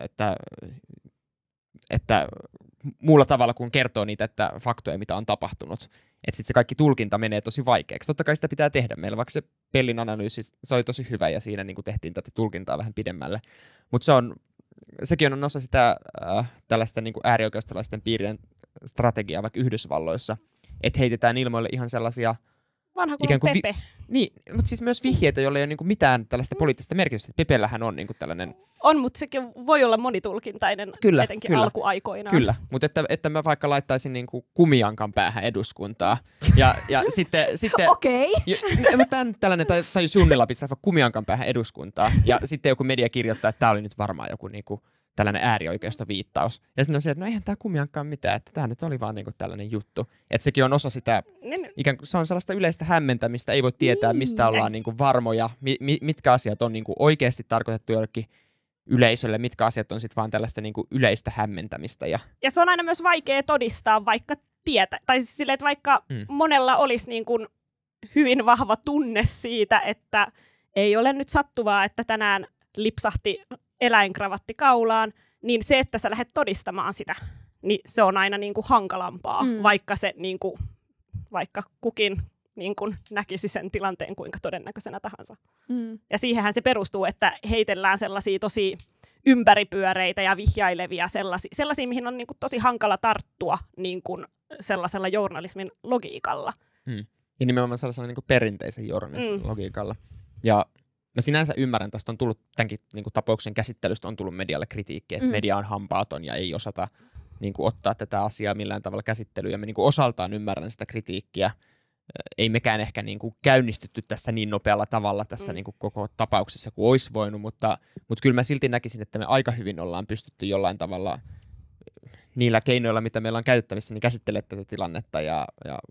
B: että muulla tavalla kuin kertoo niitä että faktoja, mitä on tapahtunut. Että sitten se kaikki tulkinta menee tosi vaikeaksi. Totta kai sitä pitää tehdä meillä, vaikka se Pellin analyysi, se oli tosi hyvä ja siinä niin kuin tehtiin tätä tulkintaa vähän pidemmälle. Mutta sekin on osa sitä tällaista niin kuin äärioikeistolaisten piirien strategiaa vaikka Yhdysvalloissa, että heitetään ilmoille ihan sellaisia
C: vanha kuin Pepe.
B: Niin, mutta siis myös vihjeitä, joilla ei ole niinku mitään tällaista poliittista merkitystä. Pepellähän on niinku tällainen...
C: On, mutta sekin voi olla monitulkintainen, etenkin alkuaikoina.
B: Kyllä, mutta että mä vaikka laittaisin niinku kumiankan päähän eduskuntaa. Ja sitten...
A: Okei.
B: Mutta tämä on tällainen, tai jos Junnila pitää kumiankan päähän eduskuntaa. Ja sitten joku media kirjoittaa, että tämä oli nyt varmaan joku niinku tällainen äärioikeusta viittaus. Ja sitten on se, että no eihän tämä kumiankaan mitään, että tämä nyt oli vaan niinku tällainen juttu. Että sekin on osa sitä, ikään kuin se on sellaista yleistä hämmentämistä, ei voi tietää, mistä ollaan niinku varmoja, mitkä asiat on niinku oikeasti tarkoitettu jollekin yleisölle, mitkä asiat on sitten vaan tällaista niinku yleistä hämmentämistä. Ja
C: se on aina myös vaikea todistaa, vaikka tai siis silleen, että vaikka monella olisi niinku hyvin vahva tunne siitä, että ei ole nyt sattuvaa, että tänään lipsahti eläinkravaatti kaulaan, niin se, että sä lähdet todistamaan sitä, niin se on aina niin kuin hankalampaa, vaikka kukin niin kuin näkisi sen tilanteen kuinka todennäköisenä tahansa. Ja siihenhän se perustuu, että heitellään sellaisia tosi ympäripyöreitä ja vihjailevia sellaisia, mihin on niin kuin tosi hankala tarttua niin kuin sellaisella journalismin logiikalla.
B: Ja nimenomaan sellaisella niin kuin perinteisen journalismin logiikalla. Ja mä sinänsä ymmärrän, tästä on tullut tämänkin niin kuin tapauksen käsittelystä on tullut medialle kritiikkiä, että media on hampaaton ja ei osata niin kuin ottaa tätä asiaa millään tavalla käsittelyyn. Ja mä niin kuin osaltaan ymmärrän sitä kritiikkiä. Ei mekään ehkä niin kuin käynnistetty tässä niin nopealla tavalla tässä niin kuin koko tapauksessa kuin olisi voinut, mutta kyllä mä silti näkisin, että me aika hyvin ollaan pystytty jollain tavalla niillä keinoilla, mitä meillä on käytettävissä, niin käsittelemään tätä tilannetta ja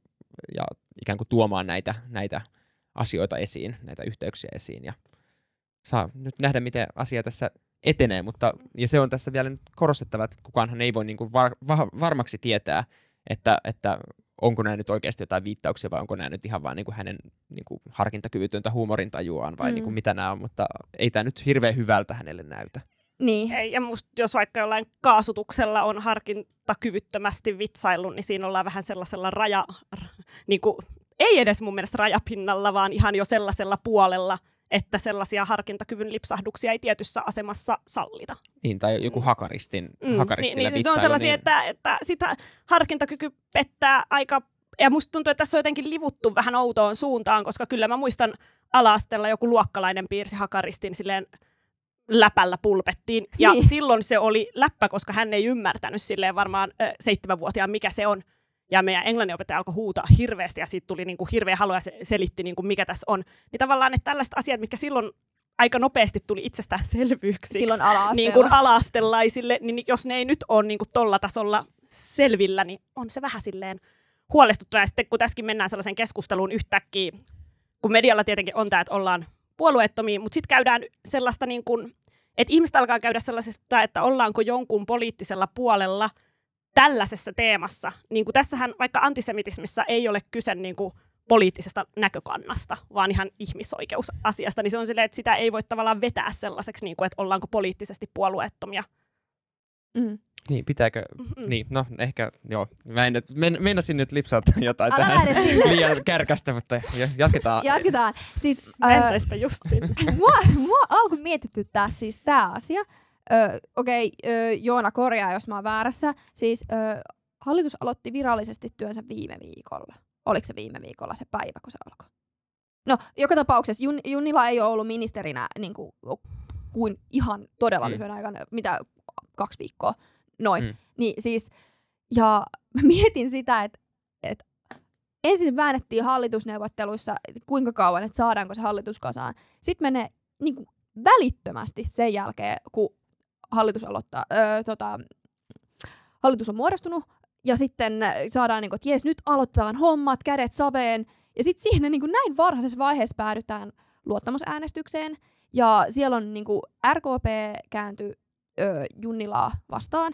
B: ikään kuin tuomaan näitä asioita esiin, näitä yhteyksiä esiin. Ja saa nyt nähdä, miten asia tässä etenee, ja se on tässä vielä nyt korostettava, että kukaanhan ei voi niin kuin varmaksi tietää, että onko nämä nyt oikeasti jotain viittauksia vai onko nämä nyt ihan vaan niin kuin hänen niin kuin harkintakyvytöntä huumorintajuaan vai niin kuin mitä nämä on, mutta ei tämä nyt hirveän hyvältä hänelle näytä.
A: Niin.
C: Ei, ja musta jos vaikka jollain kaasutuksella on harkintakyvyttömästi vitsaillut, niin siinä ollaan vähän sellaisella niin kuin, ei edes mun mielestä rajapinnalla, vaan ihan jo sellaisella puolella, että sellaisia harkintakyvyn lipsahduksia ei tietyssä asemassa sallita.
B: Niin, tai joku hakaristilla
C: niin,
B: vitsailu.
C: On sellaisia, että sitä harkintakyky pettää aika, ja musta tuntuu, että tässä on jotenkin livuttu vähän outoon suuntaan, koska kyllä mä muistan ala-asteella joku luokkalainen piirsi hakaristin silleen läpällä pulpettiin, ja silloin se oli läppä, koska hän ei ymmärtänyt silleen varmaan 7-vuotiaan, mikä se on. Ja meidän englanninopettaja alkoi huutaa hirveästi, ja siitä tuli niinku hirveä halu, ja se selitti, niinku, mikä tässä on. Niin tavallaan ne tällaiset asiat, mitkä silloin aika nopeasti tuli itsestäänselvyyksiksi
A: silloin
C: niinku ala-astelaisille, niin jos ne ei nyt ole niinku tolla tasolla selvillä, niin on se vähän silleen huolestuttavaa. Ja sitten kun tässäkin mennään sellaisen keskusteluun yhtäkkiä, kun medialla tietenkin on tämä, että ollaan puolueettomia, mutta sitten käydään sellaista, niin kuin, että ihmiset alkaa käydä sellaisesta, että ollaanko jonkun poliittisella puolella tällaisessa teemassa. Niin kuin tässähän vaikka antisemitismissä ei ole kyse niin kuin poliittisesta näkökannasta, vaan ihan ihmisoikeusasiasta, niin se on silleen, että sitä ei voi tavallaan vetää sellaiseksi, niin kuin, että ollaanko poliittisesti puolueettomia.
B: Niin, pitääkö? Niin, no ehkä, joo. Mä meinasin nyt lipsauttaa jotain
A: Älä
B: tähän
A: lähde sinne.
B: liian kärkästä, mutta jatketaan.
A: Jatketaan. Siis,
C: Entäispä just sinne.
A: mua alkoi mietityttää siis tää asia. Joona korjaa, jos mä oon väärässä. Siis hallitus aloitti virallisesti työnsä viime viikolla. Oliko se viime viikolla se päivä, kun se alkoi? No, joka tapauksessa Junnila ei ole ollut ministerinä niin kuin ihan todella lyhyen aikana, mitä 2 viikkoa, noin. Niin siis, ja mietin sitä, että ensin väännettiin hallitusneuvotteluissa, kuinka kauan, että saadaanko se hallitus kasaan. Sitten menee niin kuin välittömästi sen jälkeen, kun hallitus on muodostunut, ja sitten saadaan, niin kuin, että jes, nyt aloitetaan hommat, kädet saveen, ja sitten siihen niin kuin näin varhaisessa vaiheessa päädytään luottamusäänestykseen, ja siellä on niin kuin RKP kääntyi Junnilaa vastaan,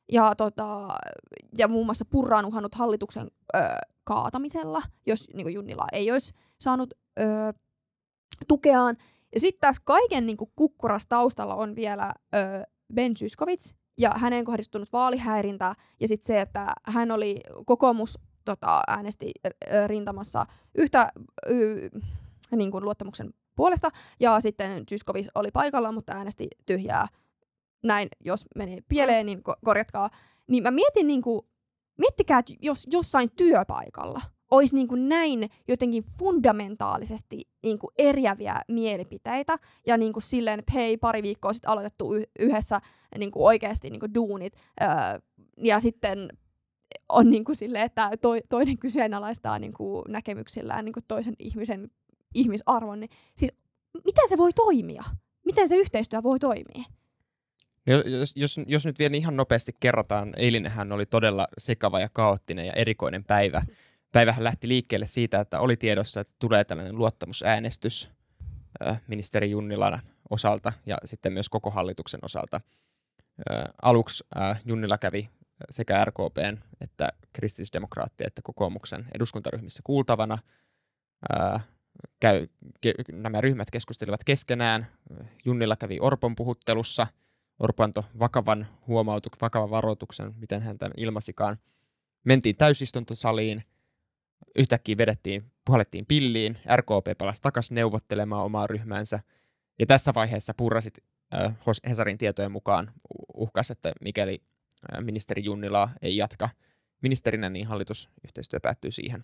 A: ja muun muassa Purra on uhannut hallituksen kaatamisella, jos niin kuin Junnila ei olisi saanut tukeaan. Ja sitten tässä kaiken niin kuin kukkuras taustalla on vielä Ben Zyskowicz ja häneen kohdistunut vaalihäirintä ja sitten se, että hän oli kokoomus äänesti rintamassa yhtä niin kuin luottamuksen puolesta ja sitten Zyskowicz oli paikalla, mutta äänesti tyhjää. Näin, jos meni pieleen, niin korjatkaa. Niin mä mietin, niin kuin, miettikää, että jos jossain työpaikalla olisi niin kuin näin jotenkin fundamentaalisesti niin kuin eriäviä mielipiteitä ja niin kuin silleen, että hei, pari viikkoa sitten aloitettu yhdessä niin kuin oikeasti niin kuin duunit ja sitten on niin kuin silleen, että toinen kyseenalaistaa niin kuin näkemyksillään niin kuin toisen ihmisen ihmisarvon. Niin, siis miten se voi toimia? Miten se yhteistyö voi toimia?
B: Jos nyt vielä ihan nopeasti kerrataan, eilinenhän oli todella sekava ja kaoottinen ja erikoinen päivä. Päivähän lähti liikkeelle siitä, että oli tiedossa, että tulee tällainen luottamusäänestys ministeri Junnilan osalta ja sitten myös koko hallituksen osalta. Aluksi Junnila kävi sekä RKPn että kristillisdemokraattien että kokoomuksen eduskuntaryhmissä kuultavana. Nämä ryhmät keskustelivat keskenään. Junnila kävi Orpon puhuttelussa. Orpo antoi vakavan varoituksen, miten hän tämän ilmasikaan. Mentiin täysistuntosaliin, yhtäkkiä puhallettiin pilliin, RKP palasi takaisin neuvottelemaan omaa ryhmäänsä. Ja tässä vaiheessa Purra Hesarin tietojen mukaan uhkasi, että mikäli ministeri Junnilaa ei jatka ministerinä, niin hallitusyhteistyö päättyy siihen.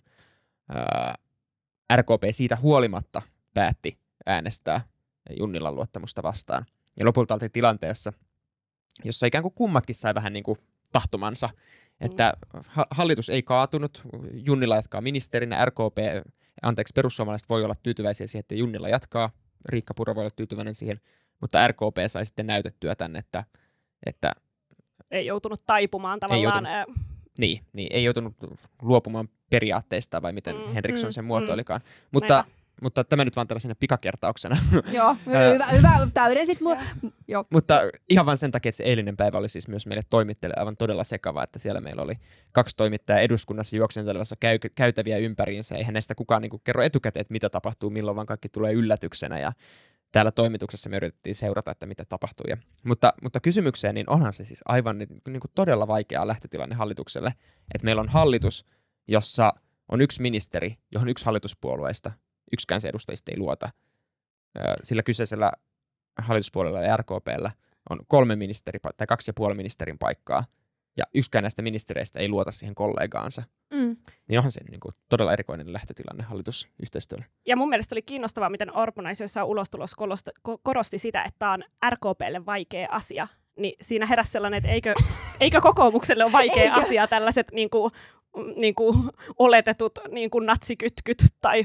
B: RKP siitä huolimatta päätti äänestää Junnilan luottamusta vastaan. Ja lopulta oltiin tilanteessa, jossa ikään kuin kummatkin sai vähän niin kuin tahtomansa, että hallitus ei kaatunut, Junnila jatkaa ministerinä, perussuomalaiset voi olla tyytyväisiä siihen, että Junnila jatkaa, Riikka Purra voi olla tyytyväinen siihen, mutta RKP sai sitten näytettyä tänne, että
C: ei joutunut taipumaan tavallaan.
B: Niin, ei joutunut luopumaan periaatteista, vai miten Henriksson sen muotoilikaan. Mutta tämä nyt vaan tällaisena pikakertauksena.
A: Joo, hyvä täydensit mua.
B: Mutta ihan vain sen takia, että se eilinen päivä oli siis myös meille toimittajille aivan todella sekava, että siellä meillä oli 2 toimittajaa eduskunnassa juoksentelemassa käytäviä ympäriinsä. Eihän näistä kukaan niin kuin kerro etukäteen, että mitä tapahtuu, milloin vaan kaikki tulee yllätyksenä. Ja täällä toimituksessa me yritettiin seurata, että mitä tapahtuu. Mutta kysymykseen, niin onhan se siis aivan niin kuin todella vaikea lähtötilanne hallitukselle, että meillä on hallitus, jossa on yksi ministeri, johon yksi hallituspuolueista, yksikään se edustajista ei luota. Sillä kyseisellä hallituspuolella ja RKP:llä on 3 ministeri tai 2,5 ministerin paikkaa, ja yksikään näistä ministereistä ei luota siihen kollegaansa. Niin onhan se niin kuin todella erikoinen lähtötilanne hallitusyhteistyölle.
C: Ja mun mielestä oli kiinnostavaa, miten Orpo näissä jossain ulostulossa korosti sitä, että tämä on RKP:lle vaikea asia. Niin siinä heräsi sellainen, että eikö kokoomukselle ole vaikea asia tällaiset niin kuin oletetut niin kuin natsikytkyt tai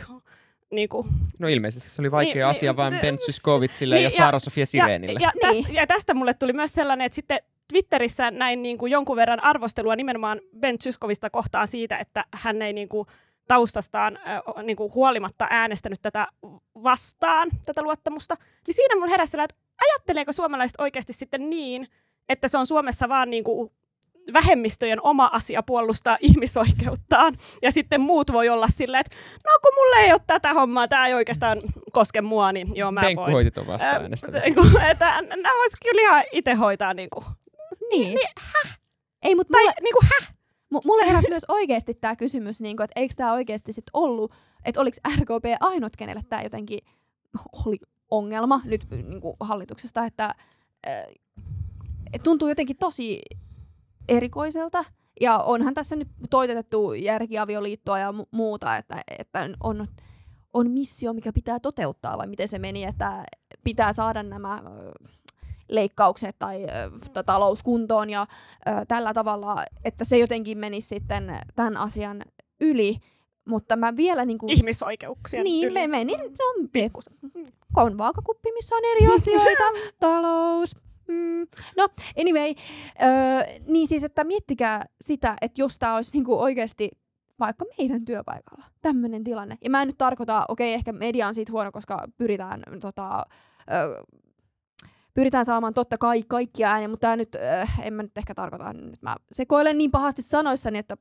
B: No ilmeisesti se oli vaikea asia vain Ben Zyskowiczille ja Saara-Sofia Sirénille.
C: Ja tästä mulle tuli myös sellainen, että sitten Twitterissä näin niin kuin jonkun verran arvostelua nimenomaan Ben Zyskowiczta kohtaan siitä, että hän ei niin kuin taustastaan niin kuin huolimatta äänestänyt tätä vastaan, tätä luottamusta. Niin siinä mulle heräsi sellainen, että ajatteleeko suomalaiset oikeasti sitten niin, että se on Suomessa vaan niin kuin vähemmistöjen oma asia puolustaa ihmisoikeuttaan, ja sitten muut voi olla silleen, että no kun mulle ei ole tätä hommaa, tämä ei oikeastaan koske mua, niin joo mä voin.
B: Penkku hoiti ton vastaan äänestämistä.
C: Nämä vois kyllä ihan itse hoitaa. Niin.
A: Ei, mutta
C: Tai niinku
A: mulle heräsi myös oikeasti tämä kysymys, niinku, että eikö tämä oikeasti sit ollut, että oliko RKP ainut, kenelle tämä jotenkin oli ongelma nyt niinku hallituksesta, että tuntuu jotenkin tosi erikoiselta. Ja onhan tässä nyt toitotettu järkiavioliittoa ja muuta, että on missio, mikä pitää toteuttaa, vai miten se meni, että pitää saada nämä leikkaukset tai talous kuntoon ja tällä tavalla, että se jotenkin menisi sitten tämän asian yli. Mutta mä vielä niinku
C: ihmisoikeuksien
A: niin,
C: yli.
A: me menin, on vaakakuppi, missä on eri asioita, talous. No, anyway, niin siis, että miettikää sitä, että jos tää olisi niinku oikeasti vaikka meidän työpaikalla tämmöinen tilanne. Ja mä en nyt tarkoita, ehkä media on siitä huono, koska pyritään saamaan totta kai kaikkia ääniä, mutta tää nyt, en mä nyt ehkä tarkoita, nyt mä sekoilen niin pahasti sanoissani, että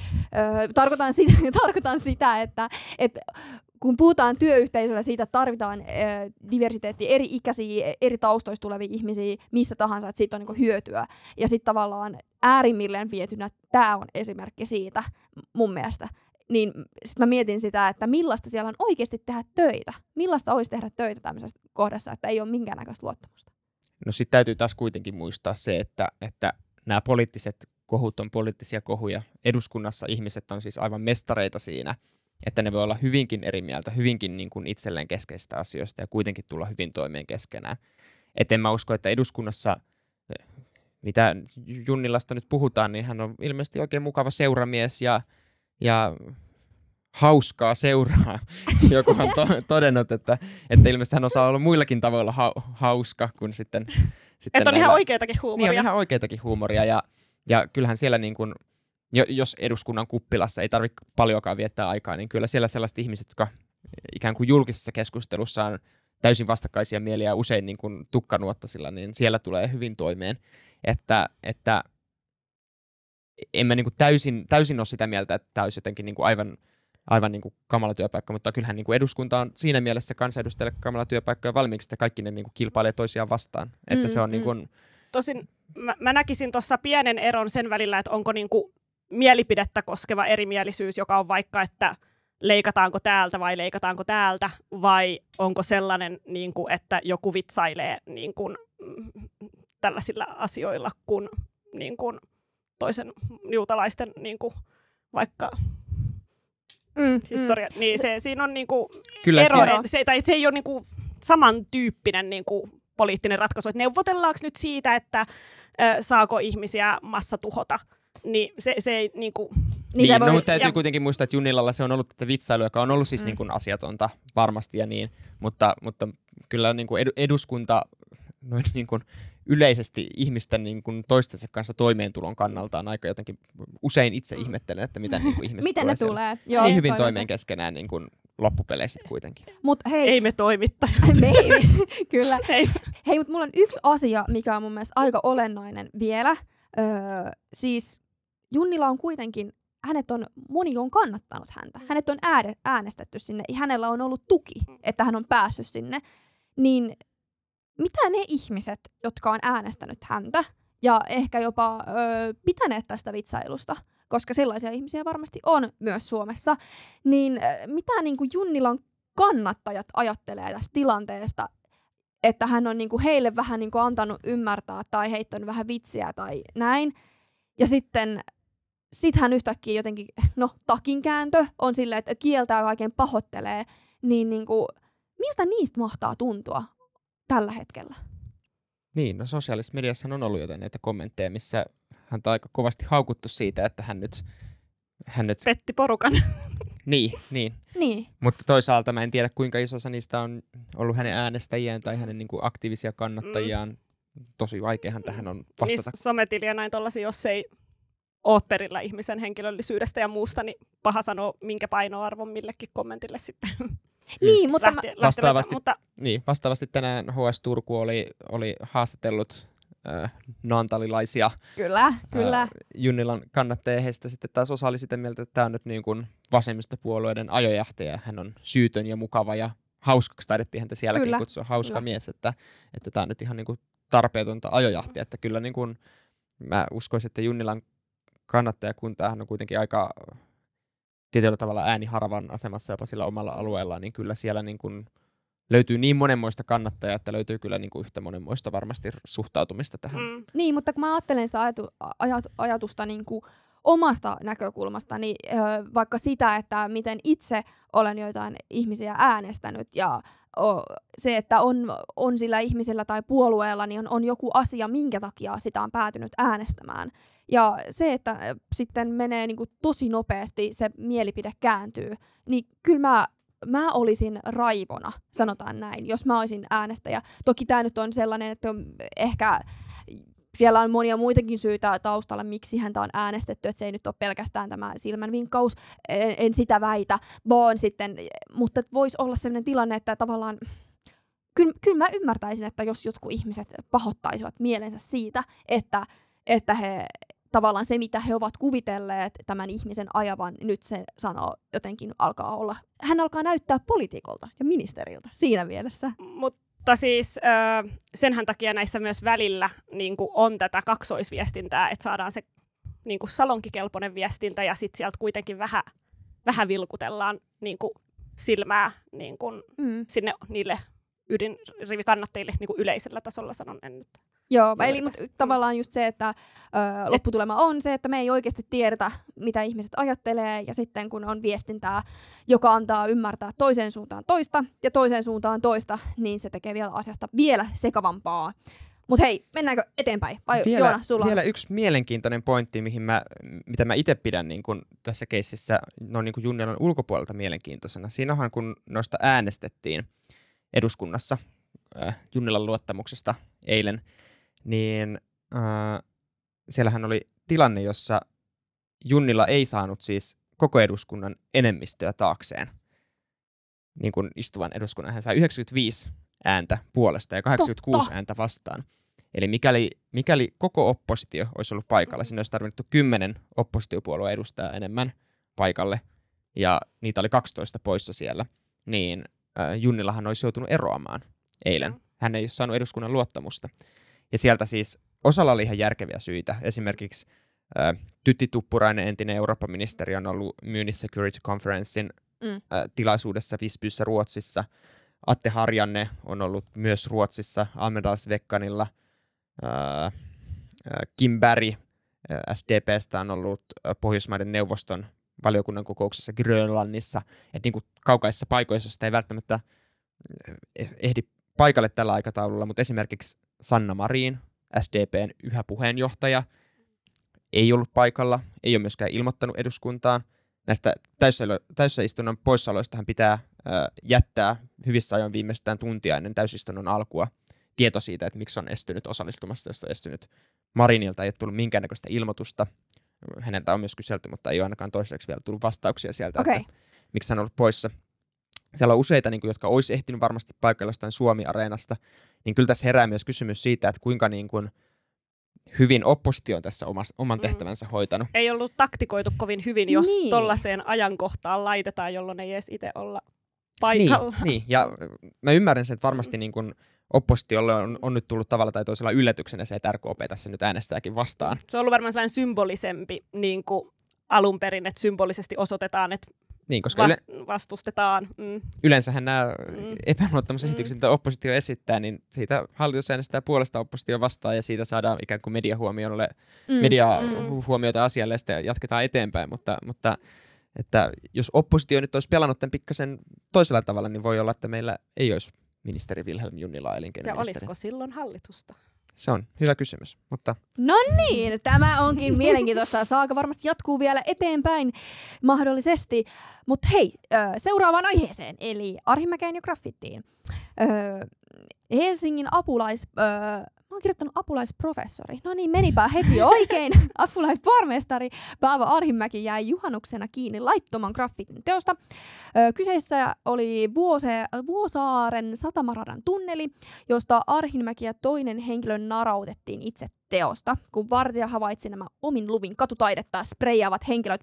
A: tarkoitan sitä, että kun puhutaan työyhteisöllä siitä, että tarvitaan diversiteettiä, eri ikäisiä, eri taustoista tulevia ihmisiä, missä tahansa, että siitä on niinku hyötyä. Ja sitten tavallaan äärimmilleen vietynä tämä on esimerkki siitä mun mielestä. Niin sitten mä mietin sitä, että millaista siellä on oikeasti tehdä töitä. Millaista olisi tehdä töitä tämmöisessä kohdassa, että ei ole minkäännäköistä luottamusta.
B: No sitten täytyy taas kuitenkin muistaa se, että nämä poliittiset kohut on poliittisia kohuja. Eduskunnassa ihmiset on siis aivan mestareita siinä, että ne voi olla hyvinkin eri mieltä, hyvinkin niin kuin itselleen keskeisistä asioista ja kuitenkin tulla hyvin toimeen keskenään. Et en mä usko, että eduskunnassa, mitä Junnilasta nyt puhutaan, niin hän on ilmeisesti oikein mukava seuramies ja hauskaa seuraa. Joku on todennut, että ilmeisesti hän osaa olla muillakin tavoilla hauska kuin sitten
C: että on ihan oikeatakin huumoria.
B: Niin, on ihan oikeatakin huumoria ja kyllähän siellä niin kuin jos eduskunnan kuppilassa ei tarvitse paljonkaan viettää aikaa, niin kyllä siellä sellaiset ihmiset, jotka ikään kuin julkisessa keskustelussa on täysin vastakkaisia mieliä usein niin kuin tukkanuottasilla, niin siellä tulee hyvin toimeen. Että en mä niin kuin täysin ole sitä mieltä, että tämä olisi jotenkin niin kuin aivan niin kuin kamala työpaikka, mutta kyllähän niin kuin eduskunta on siinä mielessä kansanedustajille kamala työpaikka ja valmiiksi, että kaikki ne niin kuin kilpailee toisiaan vastaan. Että se on niin kuin
C: tosin mä näkisin tuossa pienen eron sen välillä, että onko niinku mielipidettä koskeva erimielisyys, joka on vaikka, että leikataanko täältä vai leikataanko täältä, vai onko sellainen, niinku, että joku vitsailee niinku, tällaisilla asioilla, kun niinku, toisen juutalaisten niinku, vaikka historia. Niin siinä on niinku ero, se ei ole niinku samantyyppinen niinku poliittinen ratkaisu, että neuvotellaanko nyt siitä, että saako ihmisiä massatuhota, niin se ei niinku
B: niin, no, mutta täytyy kuitenkin muistaa, että Junnilalla se on ollut tätä vitsailua, joka on ollut siis niin kuin asiatonta varmasti ja niin, mutta kyllä niin kuin eduskunta noin niin kuin yleisesti ihmisten niin kuin toistensa kanssa toimeentulon kannalta on aika jotenkin usein itse ihmettelen, että miten niin kuin ihmiset
A: miten ne tulee.
B: Joo, niin hyvin toimeen keskenään niin kuin loppupeleissä kuitenkin.
A: Mut hei,
C: ei me toimittajat.
A: Kyllä. Hei, mutta mulla on yksi asia, mikä on mun mielestä aika olennainen vielä. Siis Junnila on kuitenkin, moni on kannattanut häntä. Hänet on äänestetty sinne. Hänellä on ollut tuki, että hän on päässyt sinne. Niin mitä ne ihmiset, jotka on äänestänyt häntä ja ehkä jopa pitäneet tästä vitsailusta, koska sellaisia ihmisiä varmasti on myös Suomessa, niin mitä niin kuin Junnilan kannattajat ajattelee tästä tilanteesta, että hän on niin kuin heille vähän niin kuin antanut ymmärtää tai heittänyt vähän vitsiä tai näin. Ja sitten hän yhtäkkiä jotenkin, takinkääntö on silleen, että kieltää kaiken pahoittelee, niin kuin, miltä niistä mahtaa tuntua tällä hetkellä?
B: Niin, no sosiaalisessa mediassa on ollut jotain näitä kommentteja, missä hän on aika kovasti haukuttu siitä, että hän nyt
C: petti porukan.
B: Niin. Mutta toisaalta mä en tiedä, kuinka iso osa niistä on ollut hänen äänestäjiään tai hänen niin kuin aktiivisia kannattajiaan. Tosi vaikeahan tähän on vastata.
C: Niin sometiliä näin tollaisia, jos ei ole perillä ihmisen henkilöllisyydestä ja muusta, niin paha sanoa, minkä painoarvon millekin kommentille sitten.
A: Niin, mutta
B: vastaavasti tänään HS Turku oli haastatellut naantalilaisia
A: kyllä.
B: Junnilan kannattajia. Heistä sitten taas osa oli sitä mieltä, että tämä on nyt niin kuin vasemmistopuolueiden ajojahti ja hän on syytön ja mukava ja hauskaksi taidettiin häntä sielläkin kutsua hauska mies, että tämä on nyt ihan niin kuin tarpeetonta ajojahtia, että kyllä niin kuin mä uskoisin, että Junnilan kannattajakuntahan on kuitenkin aika tietyllä tavalla ääniharvan asemassa jopa sillä omalla alueellaan, niin kyllä siellä niin kuin löytyy niin monenmoista kannattajaa, että löytyy kyllä niin kuin yhtä monenmoista varmasti suhtautumista tähän.
A: Niin, mutta kun mä ajattelen sitä ajatusta niin kuin omasta näkökulmasta, niin vaikka sitä, että miten itse olen joitain ihmisiä äänestänyt ja se, että on sillä ihmisellä tai puolueella, niin on joku asia, minkä takia sitä on päätynyt äänestämään. Ja se, että sitten menee niin kuin tosi nopeasti, se mielipide kääntyy, niin kyllä mä olisin raivona, sanotaan näin, jos mä olisin äänestäjä. Toki tämä nyt on sellainen, että ehkä siellä on monia muitakin syitä taustalla, miksi häntä on äänestetty, että se ei nyt ole pelkästään tämä silmänvinkkaus, en sitä väitä, vaan sitten, mutta voisi olla sellainen tilanne, että tavallaan, kyllä mä ymmärtäisin, että jos jotkut ihmiset pahoittaisivat mielensä siitä, että he tavallaan se, mitä he ovat kuvitelleet tämän ihmisen ajavan, nyt se sanoo jotenkin hän alkaa näyttää poliitikolta ja ministeriltä siinä mielessä.
C: Mutta siis senhän takia näissä myös välillä niin kuin on tätä kaksoisviestintää, että saadaan se niin kuin salonkikelpoinen viestintä ja sitten sieltä kuitenkin vähän vilkutellaan niin kuin silmää niin kuin sinne niille ydinrivikannattajille niin kuin yleisellä tasolla, sanon en nyt.
A: Joo, eli tavallaan just se, että lopputulema on se, että me ei oikeasti tiedetä, mitä ihmiset ajattelee, ja sitten kun on viestintää, joka antaa ymmärtää toiseen suuntaan toista ja toiseen suuntaan toista, niin se tekee vielä asiasta vielä sekavampaa. Mutta hei, mennäänkö eteenpäin? Vai Joona, sulla
B: vielä yksi mielenkiintoinen pointti, mitä mä itse pidän niin kun tässä keississä niin kun Junnilan ulkopuolelta mielenkiintoisena. Siinähän kun noista äänestettiin eduskunnassa Junnilan luottamuksesta eilen, niin siellähän oli tilanne, jossa Junnila ei saanut siis koko eduskunnan enemmistöä taakseen. Niin kuin istuvan eduskunnan hän sai 95 ääntä puolesta ja 86 ääntä vastaan. Eli mikäli koko oppositio olisi ollut paikalla, siinä olisi tarvinnut 10 oppositiopuolueen edustajaa enemmän paikalle, ja niitä oli 12 poissa siellä, niin Junnilahan olisi joutunut eroamaan eilen. Hän ei saanut eduskunnan luottamusta. Ja sieltä siis osalla oli ihan järkeviä syitä. Esimerkiksi Tytti Tuppurainen, entinen Eurooppa-ministeri, on ollut Munich Security Conferencein tilaisuudessa Visbyssä Ruotsissa. Atte Harjanne on ollut myös Ruotsissa Almedalsveckanilla. Kim Berg SDP:stä on ollut Pohjoismaiden neuvoston valiokunnan kokouksessa Grönlannissa. Että niin kuin kaukaisissa paikoissa sitä ei välttämättä ehdi paikalle tällä aikataululla, mutta esimerkiksi Sanna Marin, SDP:n yhä puheenjohtaja, ei ollut paikalla, ei ole myöskään ilmoittanut eduskuntaan. Näistä täysistunnon poissaoloistahan pitää jättää hyvissä ajoin viimeistään tuntia ennen täysistunnon alkua tieto siitä, että miksi on estynyt osallistumasta, jos on estynyt. Marinilta ei ole tullut minkäännäköistä ilmoitusta. Häneltä on myös kyselty, mutta ei ole ainakaan toiseksi vielä tullut vastauksia sieltä, että miksi hän on ollut poissa. Siellä on useita, niin kuin, jotka olisi ehtinyt varmasti paikalla jostain Suomi-areenasta, niin kyllä tässä herää myös kysymys siitä, että kuinka niin kuin hyvin oppositio on tässä oman tehtävänsä hoitanut.
C: Ei ollut taktikoitu kovin hyvin, jos tollaiseen ajankohtaan laitetaan, jolloin ei edes itse olla paikalla.
B: Niin, ja mä ymmärrän sen, että varmasti niin kuin oppositiolle on nyt tullut tavalla tai toisella yllätyksenä se, että RKP tässä nyt äänestääkin vastaan.
C: Se on ollut varmaan sellainen symbolisempi niin kuin alun perin, että symbolisesti osoitetaan, että
B: niin, koska
C: vastustetaan.
B: Yleensähän nämä epäluottamusesitykset, mitä oppositio esittää, niin siitä hallitus äänestää puolesta oppositio vastaan ja siitä saadaan ikään kuin mediahuomiota asialle ja sitten jatketaan eteenpäin. Mutta että jos oppositio nyt olisi pelannut tämän pikkasen toisella tavalla, niin voi olla, että meillä ei olisi ministeri Wilhelm Junnilaa elinkeinoministeri.
C: Ja olisiko silloin hallitusta?
B: Se on hyvä kysymys, mutta...
A: No niin, tämä onkin mielenkiintoista. Saaga varmasti jatkuu vielä eteenpäin mahdollisesti. Mutta hei, seuraavaan aiheeseen, eli Arhimäkeen ja graffittiin. Helsingin mä oon kirjoittanut apulaisprofessori. No niin, menipä heti oikein. Apulaispormestari Paavo Arhimäki jäi juhannuksena kiinni laittoman graffitin teosta. Kyseessä oli Vuosaaren satamaradan tunneli, josta Arhimäki ja toinen henkilö narautettiin itse teosta, kun vartija havaitsi nämä omin luvin katutaidetta spreijaavat henkilöt.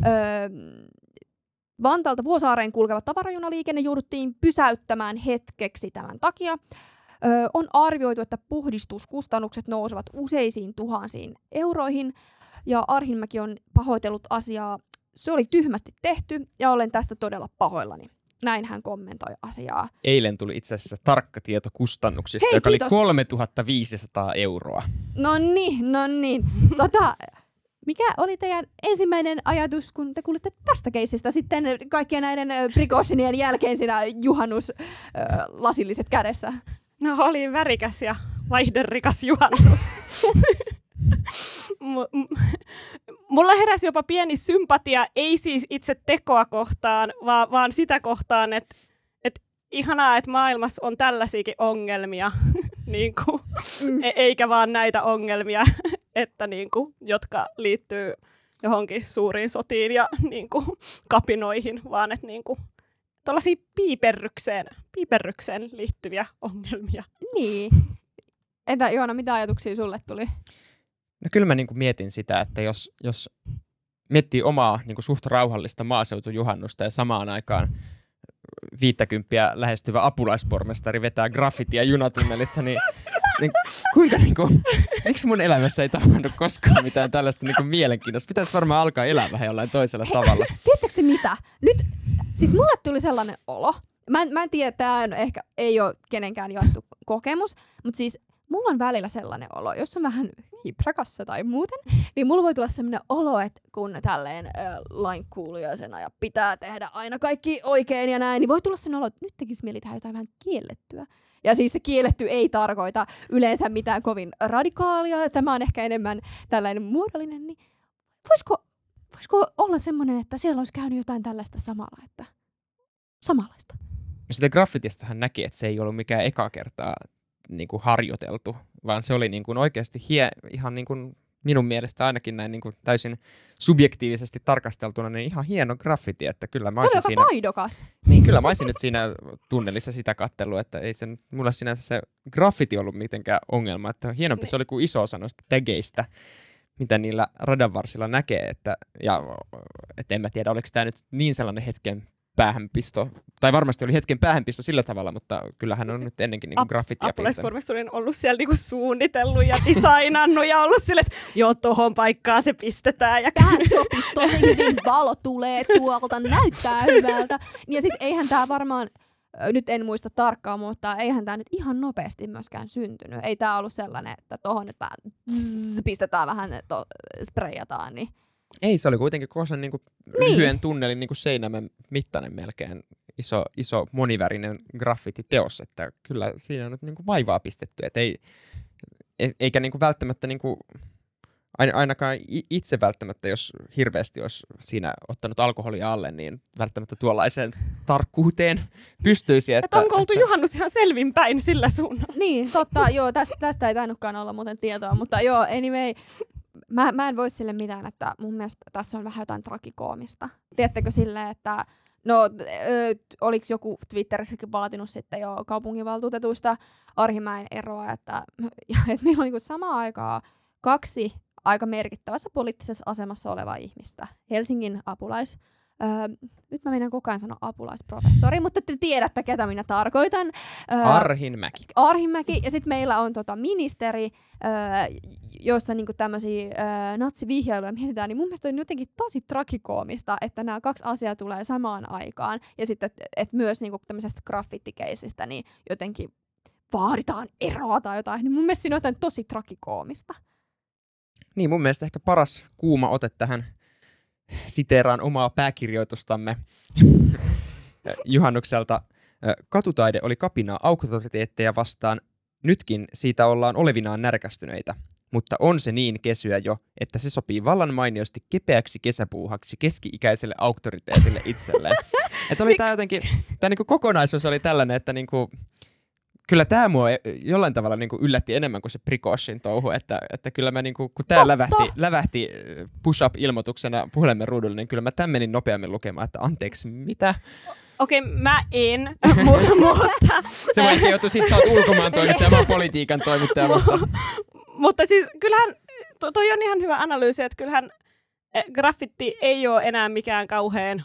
A: Vantaalta Vuosaareen kulkeva tavarajunaliikenne jouduttiin pysäyttämään hetkeksi tämän takia. On arvioitu, että puhdistuskustannukset nousevat useisiin tuhansiin euroihin. ja Arhinmäki on pahoitellut asiaa. Se oli tyhmästi tehty ja olen tästä todella pahoillani. Näin hän kommentoi asiaa.
B: Eilen tuli itse asiassa tarkka tieto kustannuksista,
A: Hei,
B: joka
A: kiitos.
B: oli 3500 €.
A: No niin. Mikä oli teidän ensimmäinen ajatus, kun te kuulitte tästä keisistä sitten kaikkien näiden precautionien jälkeen siinä lasilliset kädessä?
C: No oli värikäs ja vaihderikas juhannus. Mulla heräsi jopa pieni sympatia, ei siis itse tekoa kohtaan, vaan sitä kohtaan, että ihanaa, että maailmassa on tällaisiakin ongelmia, niin kuin, eikä vaan näitä ongelmia, että, niin kuin, jotka liittyy johonkin suuriin sotiin ja niin kuin, kapinoihin, vaan että niin kuin, tuollaisia piiperrykseen liittyviä ongelmia.
A: Niin. Entä Joona, mitä ajatuksia sulle tuli?
B: No kyllä mä niinku mietin sitä, että jos miettii omaa niinku suht rauhallista maaseutujuhannusta ja samaan aikaan 50 lähestyvä apulaispormestari vetää graffitia junatunnelissa, niin kuinka miksi mun elämässä ei tapahdu koskaan mitään tällaista mielenkiintoista? Pitäisi varmaan alkaa elää vähän jollain toisella tavalla.
A: Tiedättekö te mitä? Nyt, siis mulle tuli sellainen olo. Mä en tiedä, tämä ehkä ei ole kenenkään jaettu kokemus, mutta siis mulla on välillä sellainen olo, jos on vähän hiprakassa tai muuten, niin mulla voi tulla sellainen olo, että kun tälleen lainkuuliaisena ja pitää tehdä aina kaikki oikein ja näin, niin voi tulla sellainen olo, että nyt tekisi mieli tehdä jotain vähän kiellettyä. Ja siis se kielletty ei tarkoita yleensä mitään kovin radikaalia, tämä on ehkä enemmän tällainen muodollinen, niin voisiko olla semmoinen, että siellä olisi käynyt jotain tällaista samanlaista?
B: Sitä graffitistahan näki, että se ei ollut mikään eka kertaa niin kuin harjoiteltu, vaan se oli niin kuin oikeasti ihan niin kuin minun mielestä ainakin näin niin kuin täysin subjektiivisesti tarkasteltuna niin ihan hieno graffiti, että kyllä mä olisin siinä
A: taidokas.
B: Niin, kyllä mä olisin nyt siinä tunnelissa sitä katsellut, että ei se mulla sinänsä se graffiti ollut mitenkään ongelma, että hienompi se oli kuin iso osa noista tegeistä, mitä niillä radanvarsilla näkee, että en mä tiedä, oliko tämä nyt niin sellainen hetken päähänpisto, tai varmasti oli hetken päähänpisto sillä tavalla, mutta kyllähän on nyt ennenkin niin graffitia pistänyt.
C: Apulaispormestari on ollut siellä niinku suunnitellut ja designannut ja ollut silleen, että joo, tohon paikkaan se pistetään. Ja
A: tähän sopisi tosi hyvin, valo tulee tuolta, näyttää hyvältä. Ja siis eihän tämä varmaan, nyt en muista tarkkaan, mutta eihän tämä nyt ihan nopeasti myöskään syntynyt. Ei tämä ollut sellainen, että tohon nyt vähän pistetään vähän, sprejataan, niin
B: Ei, se oli kuitenkin kokoisen niin lyhyen tunnelin niin Seinämän mittainen melkein iso monivärinen graffititeos, että kyllä siinä on nyt niin vaivaa pistetty, et eikä niin välttämättä niin ainakaan itse välttämättä, jos hirveästi olisi siinä ottanut alkoholia alle, niin välttämättä tuollaiseen tarkkuuteen pystyisi.
C: Että onko oltu juhannus ihan selvinpäin sillä suunnalla?
A: Niin, totta, joo, tästä ei tainnutkaan olla muuten tietoa, mutta joo, anyway, mä en voi sille mitään, että mun mielestä tässä on vähän jotain tragikoomista. Tiedättekö silleen, että oliko joku Twitterissäkin vaatinut sitten jo kaupunginvaltuutetuista Arhimäen eroa, että meillä on niin samaan aikaan 2 aika merkittävässä poliittisessa asemassa olevaa ihmistä. Helsingin nyt mä menen koko ajan sanoa apulaisprofessori, mutta te tiedätte, ketä minä tarkoitan. Arhinmäki. Ja sitten meillä on ministeri, jossa niinku tämmöisiä natsivihjailuja mietitään, niin mun mielestä on jotenkin tosi tragikoomista, että nämä 2 asiaa tulee samaan aikaan. Ja sitten, että myös niinku tämmöisestä graffitikeisistä niin jotenkin vaaditaan eroa tai jotain. Niin mun mielestä siinä on jotain tosi tragikoomista.
B: Niin, mun mielestä ehkä paras kuuma ote tähän siteeraan omaa pääkirjoitustamme juhannukselta. Katutaide oli kapinaa auktoriteetteja vastaan. Nytkin siitä ollaan olevinaan närkästyneitä. Mutta on se niin kesyä jo, että se sopii vallan mainiosti kepeäksi kesäpuuhaksi keski-ikäiselle auktoriteetille itselleen. Että oli tämä niinku kokonaisuus oli tällainen, että niinku, kyllä tämä mua jollain tavalla niinku yllätti enemmän kuin se precaution touhu, että kyllä mä niinku, kun tämä lävähti push-up-ilmoituksena puhelimen ruudulle, niin kyllä mä tämän menin nopeammin lukemaan, että anteeksi, mitä?
C: Okei, mä en, mutta
B: se voi ehkä joutua siitä, sä oot ulkomaan toimittaja, mä oon politiikan toimittaja,
C: mutta siis kyllähän, toi on ihan hyvä analyysi, että kyllähän graffitti ei ole enää mikään kauhean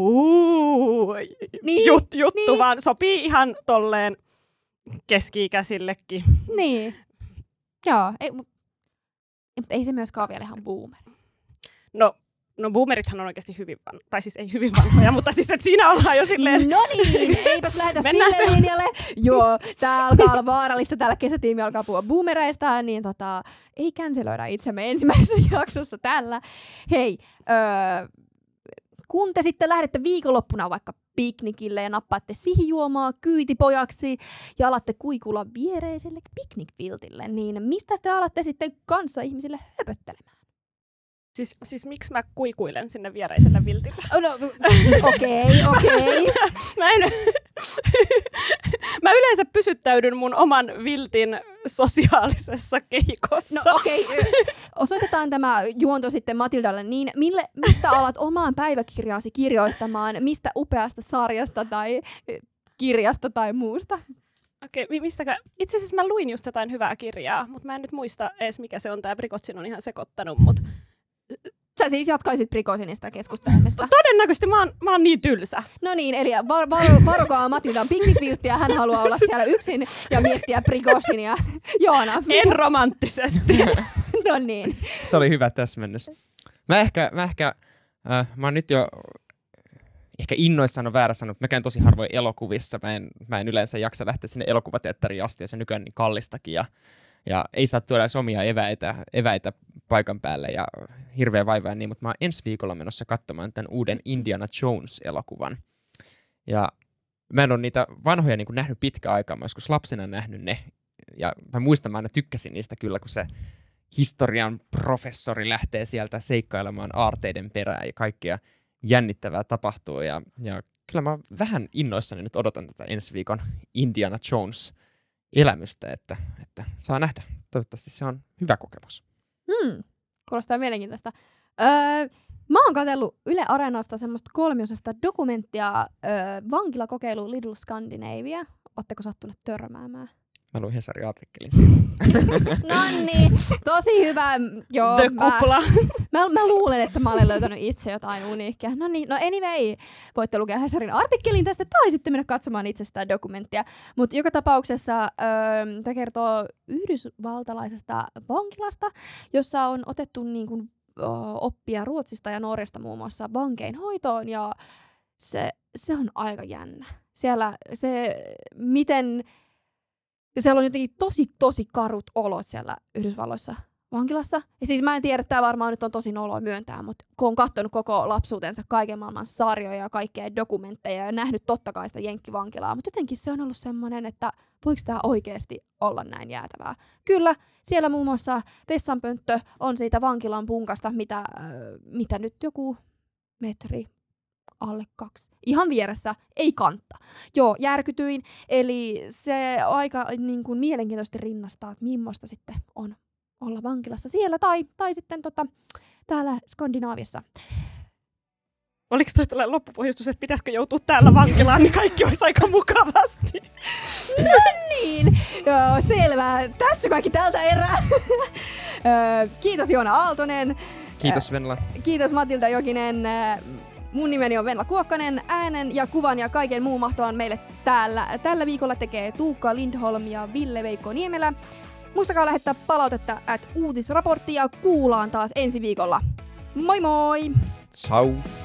C: juttu, vaan sopii ihan tolleen keski-ikäisillekin.
A: Niin, joo, mutta ei se myöskään vielä ihan boomeri.
C: No boomerithan on oikeasti hyvin vanhoja, tai siis ei hyvin vanhoja, mutta siis että siinä ollaan jo silleen...
A: No niin, eipäs lähetä sille linjalle. Joo, tää alkaa olla vaarallista, täällä kesätiimi alkaa puhua boomereista, niin ei canceloida itsemme ensimmäisessä jaksossa tällä. Hei, kun te sitten lähdette viikonloppuna vaikka piknikille ja nappaatte sihijuomaa kyytipojaksi ja alatte kuikulla viereiselle piknikviltille, niin mistä te alatte sitten kanssa ihmisille höpöttelemään?
C: Siis miksi mä kuikuilen sinne viereiselle viltille?
A: No, okei.
C: Mä yleensä pysyttäydyn mun oman viltin sosiaalisessa kehikossa.
A: No okei, osoitetaan tämä juonto sitten Matildalle niin, mistä alat omaan päiväkirjaasi kirjoittamaan, mistä upeasta sarjasta tai kirjasta tai muusta?
C: Okei, mistäkään? Itse asiassa mä luin just jotain hyvää kirjaa, mutta mä en nyt muista edes mikä se on. Tää Brikotsin on ihan sekoittanut mut.
A: Sä siis jatkaisit Brikosinista keskustelemista?
C: Todennäköisesti mä oon niin tylsä.
A: No niin, eli varokaa Matildan piknikvilttiä, hän haluaa olla siellä yksin ja miettiä Brikosinia. Joona.
C: En romanttisesti.
A: No niin.
B: Se oli hyvä täsmennys. Mä oon nyt jo ehkä innoissaan on väärä sanoa, mutta mä käyn tosi harvoin elokuvissa. Mä en yleensä jaksa lähteä sinne elokuvateatteriin asti ja se nykyään niin kallistakin ja ei saa tuoda edes omia eväitä paikan päälle ja hirveä vaivaa niin, mutta mä oon ensi viikolla menossa katsomaan tämän uuden Indiana Jones-elokuvan. Ja mä en ole niitä vanhoja niin kuin nähnyt pitkä aikaa, mä joskus lapsena nähnyt ne. Ja mä muistan, mä aina tykkäsin niistä kyllä, kun se historian professori lähtee sieltä seikkailemaan aarteiden perään ja kaikkea jännittävää tapahtuu. Ja kyllä mä vähän innoissani nyt odotan tätä ensi viikon Indiana Jones-elämystä, että saa nähdä. Toivottavasti se on hyvä kokemus.
A: Kuulostaa mielenkiintoista. Mä oon katsellut Yle Areenasta semmoista 3-osaista dokumenttia vankilakokeilu Little Scandinavia. Ootteko sattuneet törmäämään?
B: Mä luin Hesarin artikkelin siitä.
A: Noniin, tosi hyvä. Joo,
C: The kupla.
A: Mä luulen, että mä olen löytänyt itse jotain uniikkia. No niin, no anyway, voitte lukea Hesarin artikkelin tästä tai sitten mennä katsomaan itse sitä dokumenttia. Mutta joka tapauksessa tämä kertoo yhdysvaltalaisesta vankilasta, jossa on otettu niin kuin, oppia Ruotsista ja Norjasta muun muassa vankeinhoitoon ja se on aika jännä. Siellä on jotenkin tosi karut olot siellä Yhdysvalloissa vankilassa. Ja siis mä en tiedä, että tämä varmaan nyt on tosi noloa myöntää, mutta kun on katsonut koko lapsuutensa kaiken maailman sarjoja ja kaikkea dokumentteja ja nähnyt totta kai sitä jenkkivankilaa, mutta jotenkin se on ollut semmoinen, että voiko tämä oikeasti olla näin jäätävää. Kyllä, siellä muun muassa vessanpönttö on siitä vankilan punkasta, mitä nyt joku metri alle 2. Ihan vieressä, ei kantta. Joo, järkytyin. Eli se aika niin kuin mielenkiintoisesti rinnastaa, että millaista sitten on olla vankilassa siellä tai sitten täällä Skandinaaviassa.
C: Oliko toi tällainen loppupohjustus, että pitäisikö joutua täällä vankilaan, niin kaikki olisi aika mukavasti?
A: No niin, joo, selvä. Tässä kaikki tältä erää. Kiitos Joona Aaltonen.
B: Kiitos Venla.
A: Kiitos Matilda Jokinen. Mun nimeni on Venla Kuokkanen. Äänen ja kuvan ja kaiken muun mahtoan meille tällä viikolla tekee Tuukka Lindholm ja Ville Veikko Niemelä. Muistakaa lähettää palautetta @uutisraportti ja kuullaan taas ensi viikolla. Moi moi!
B: Ciao!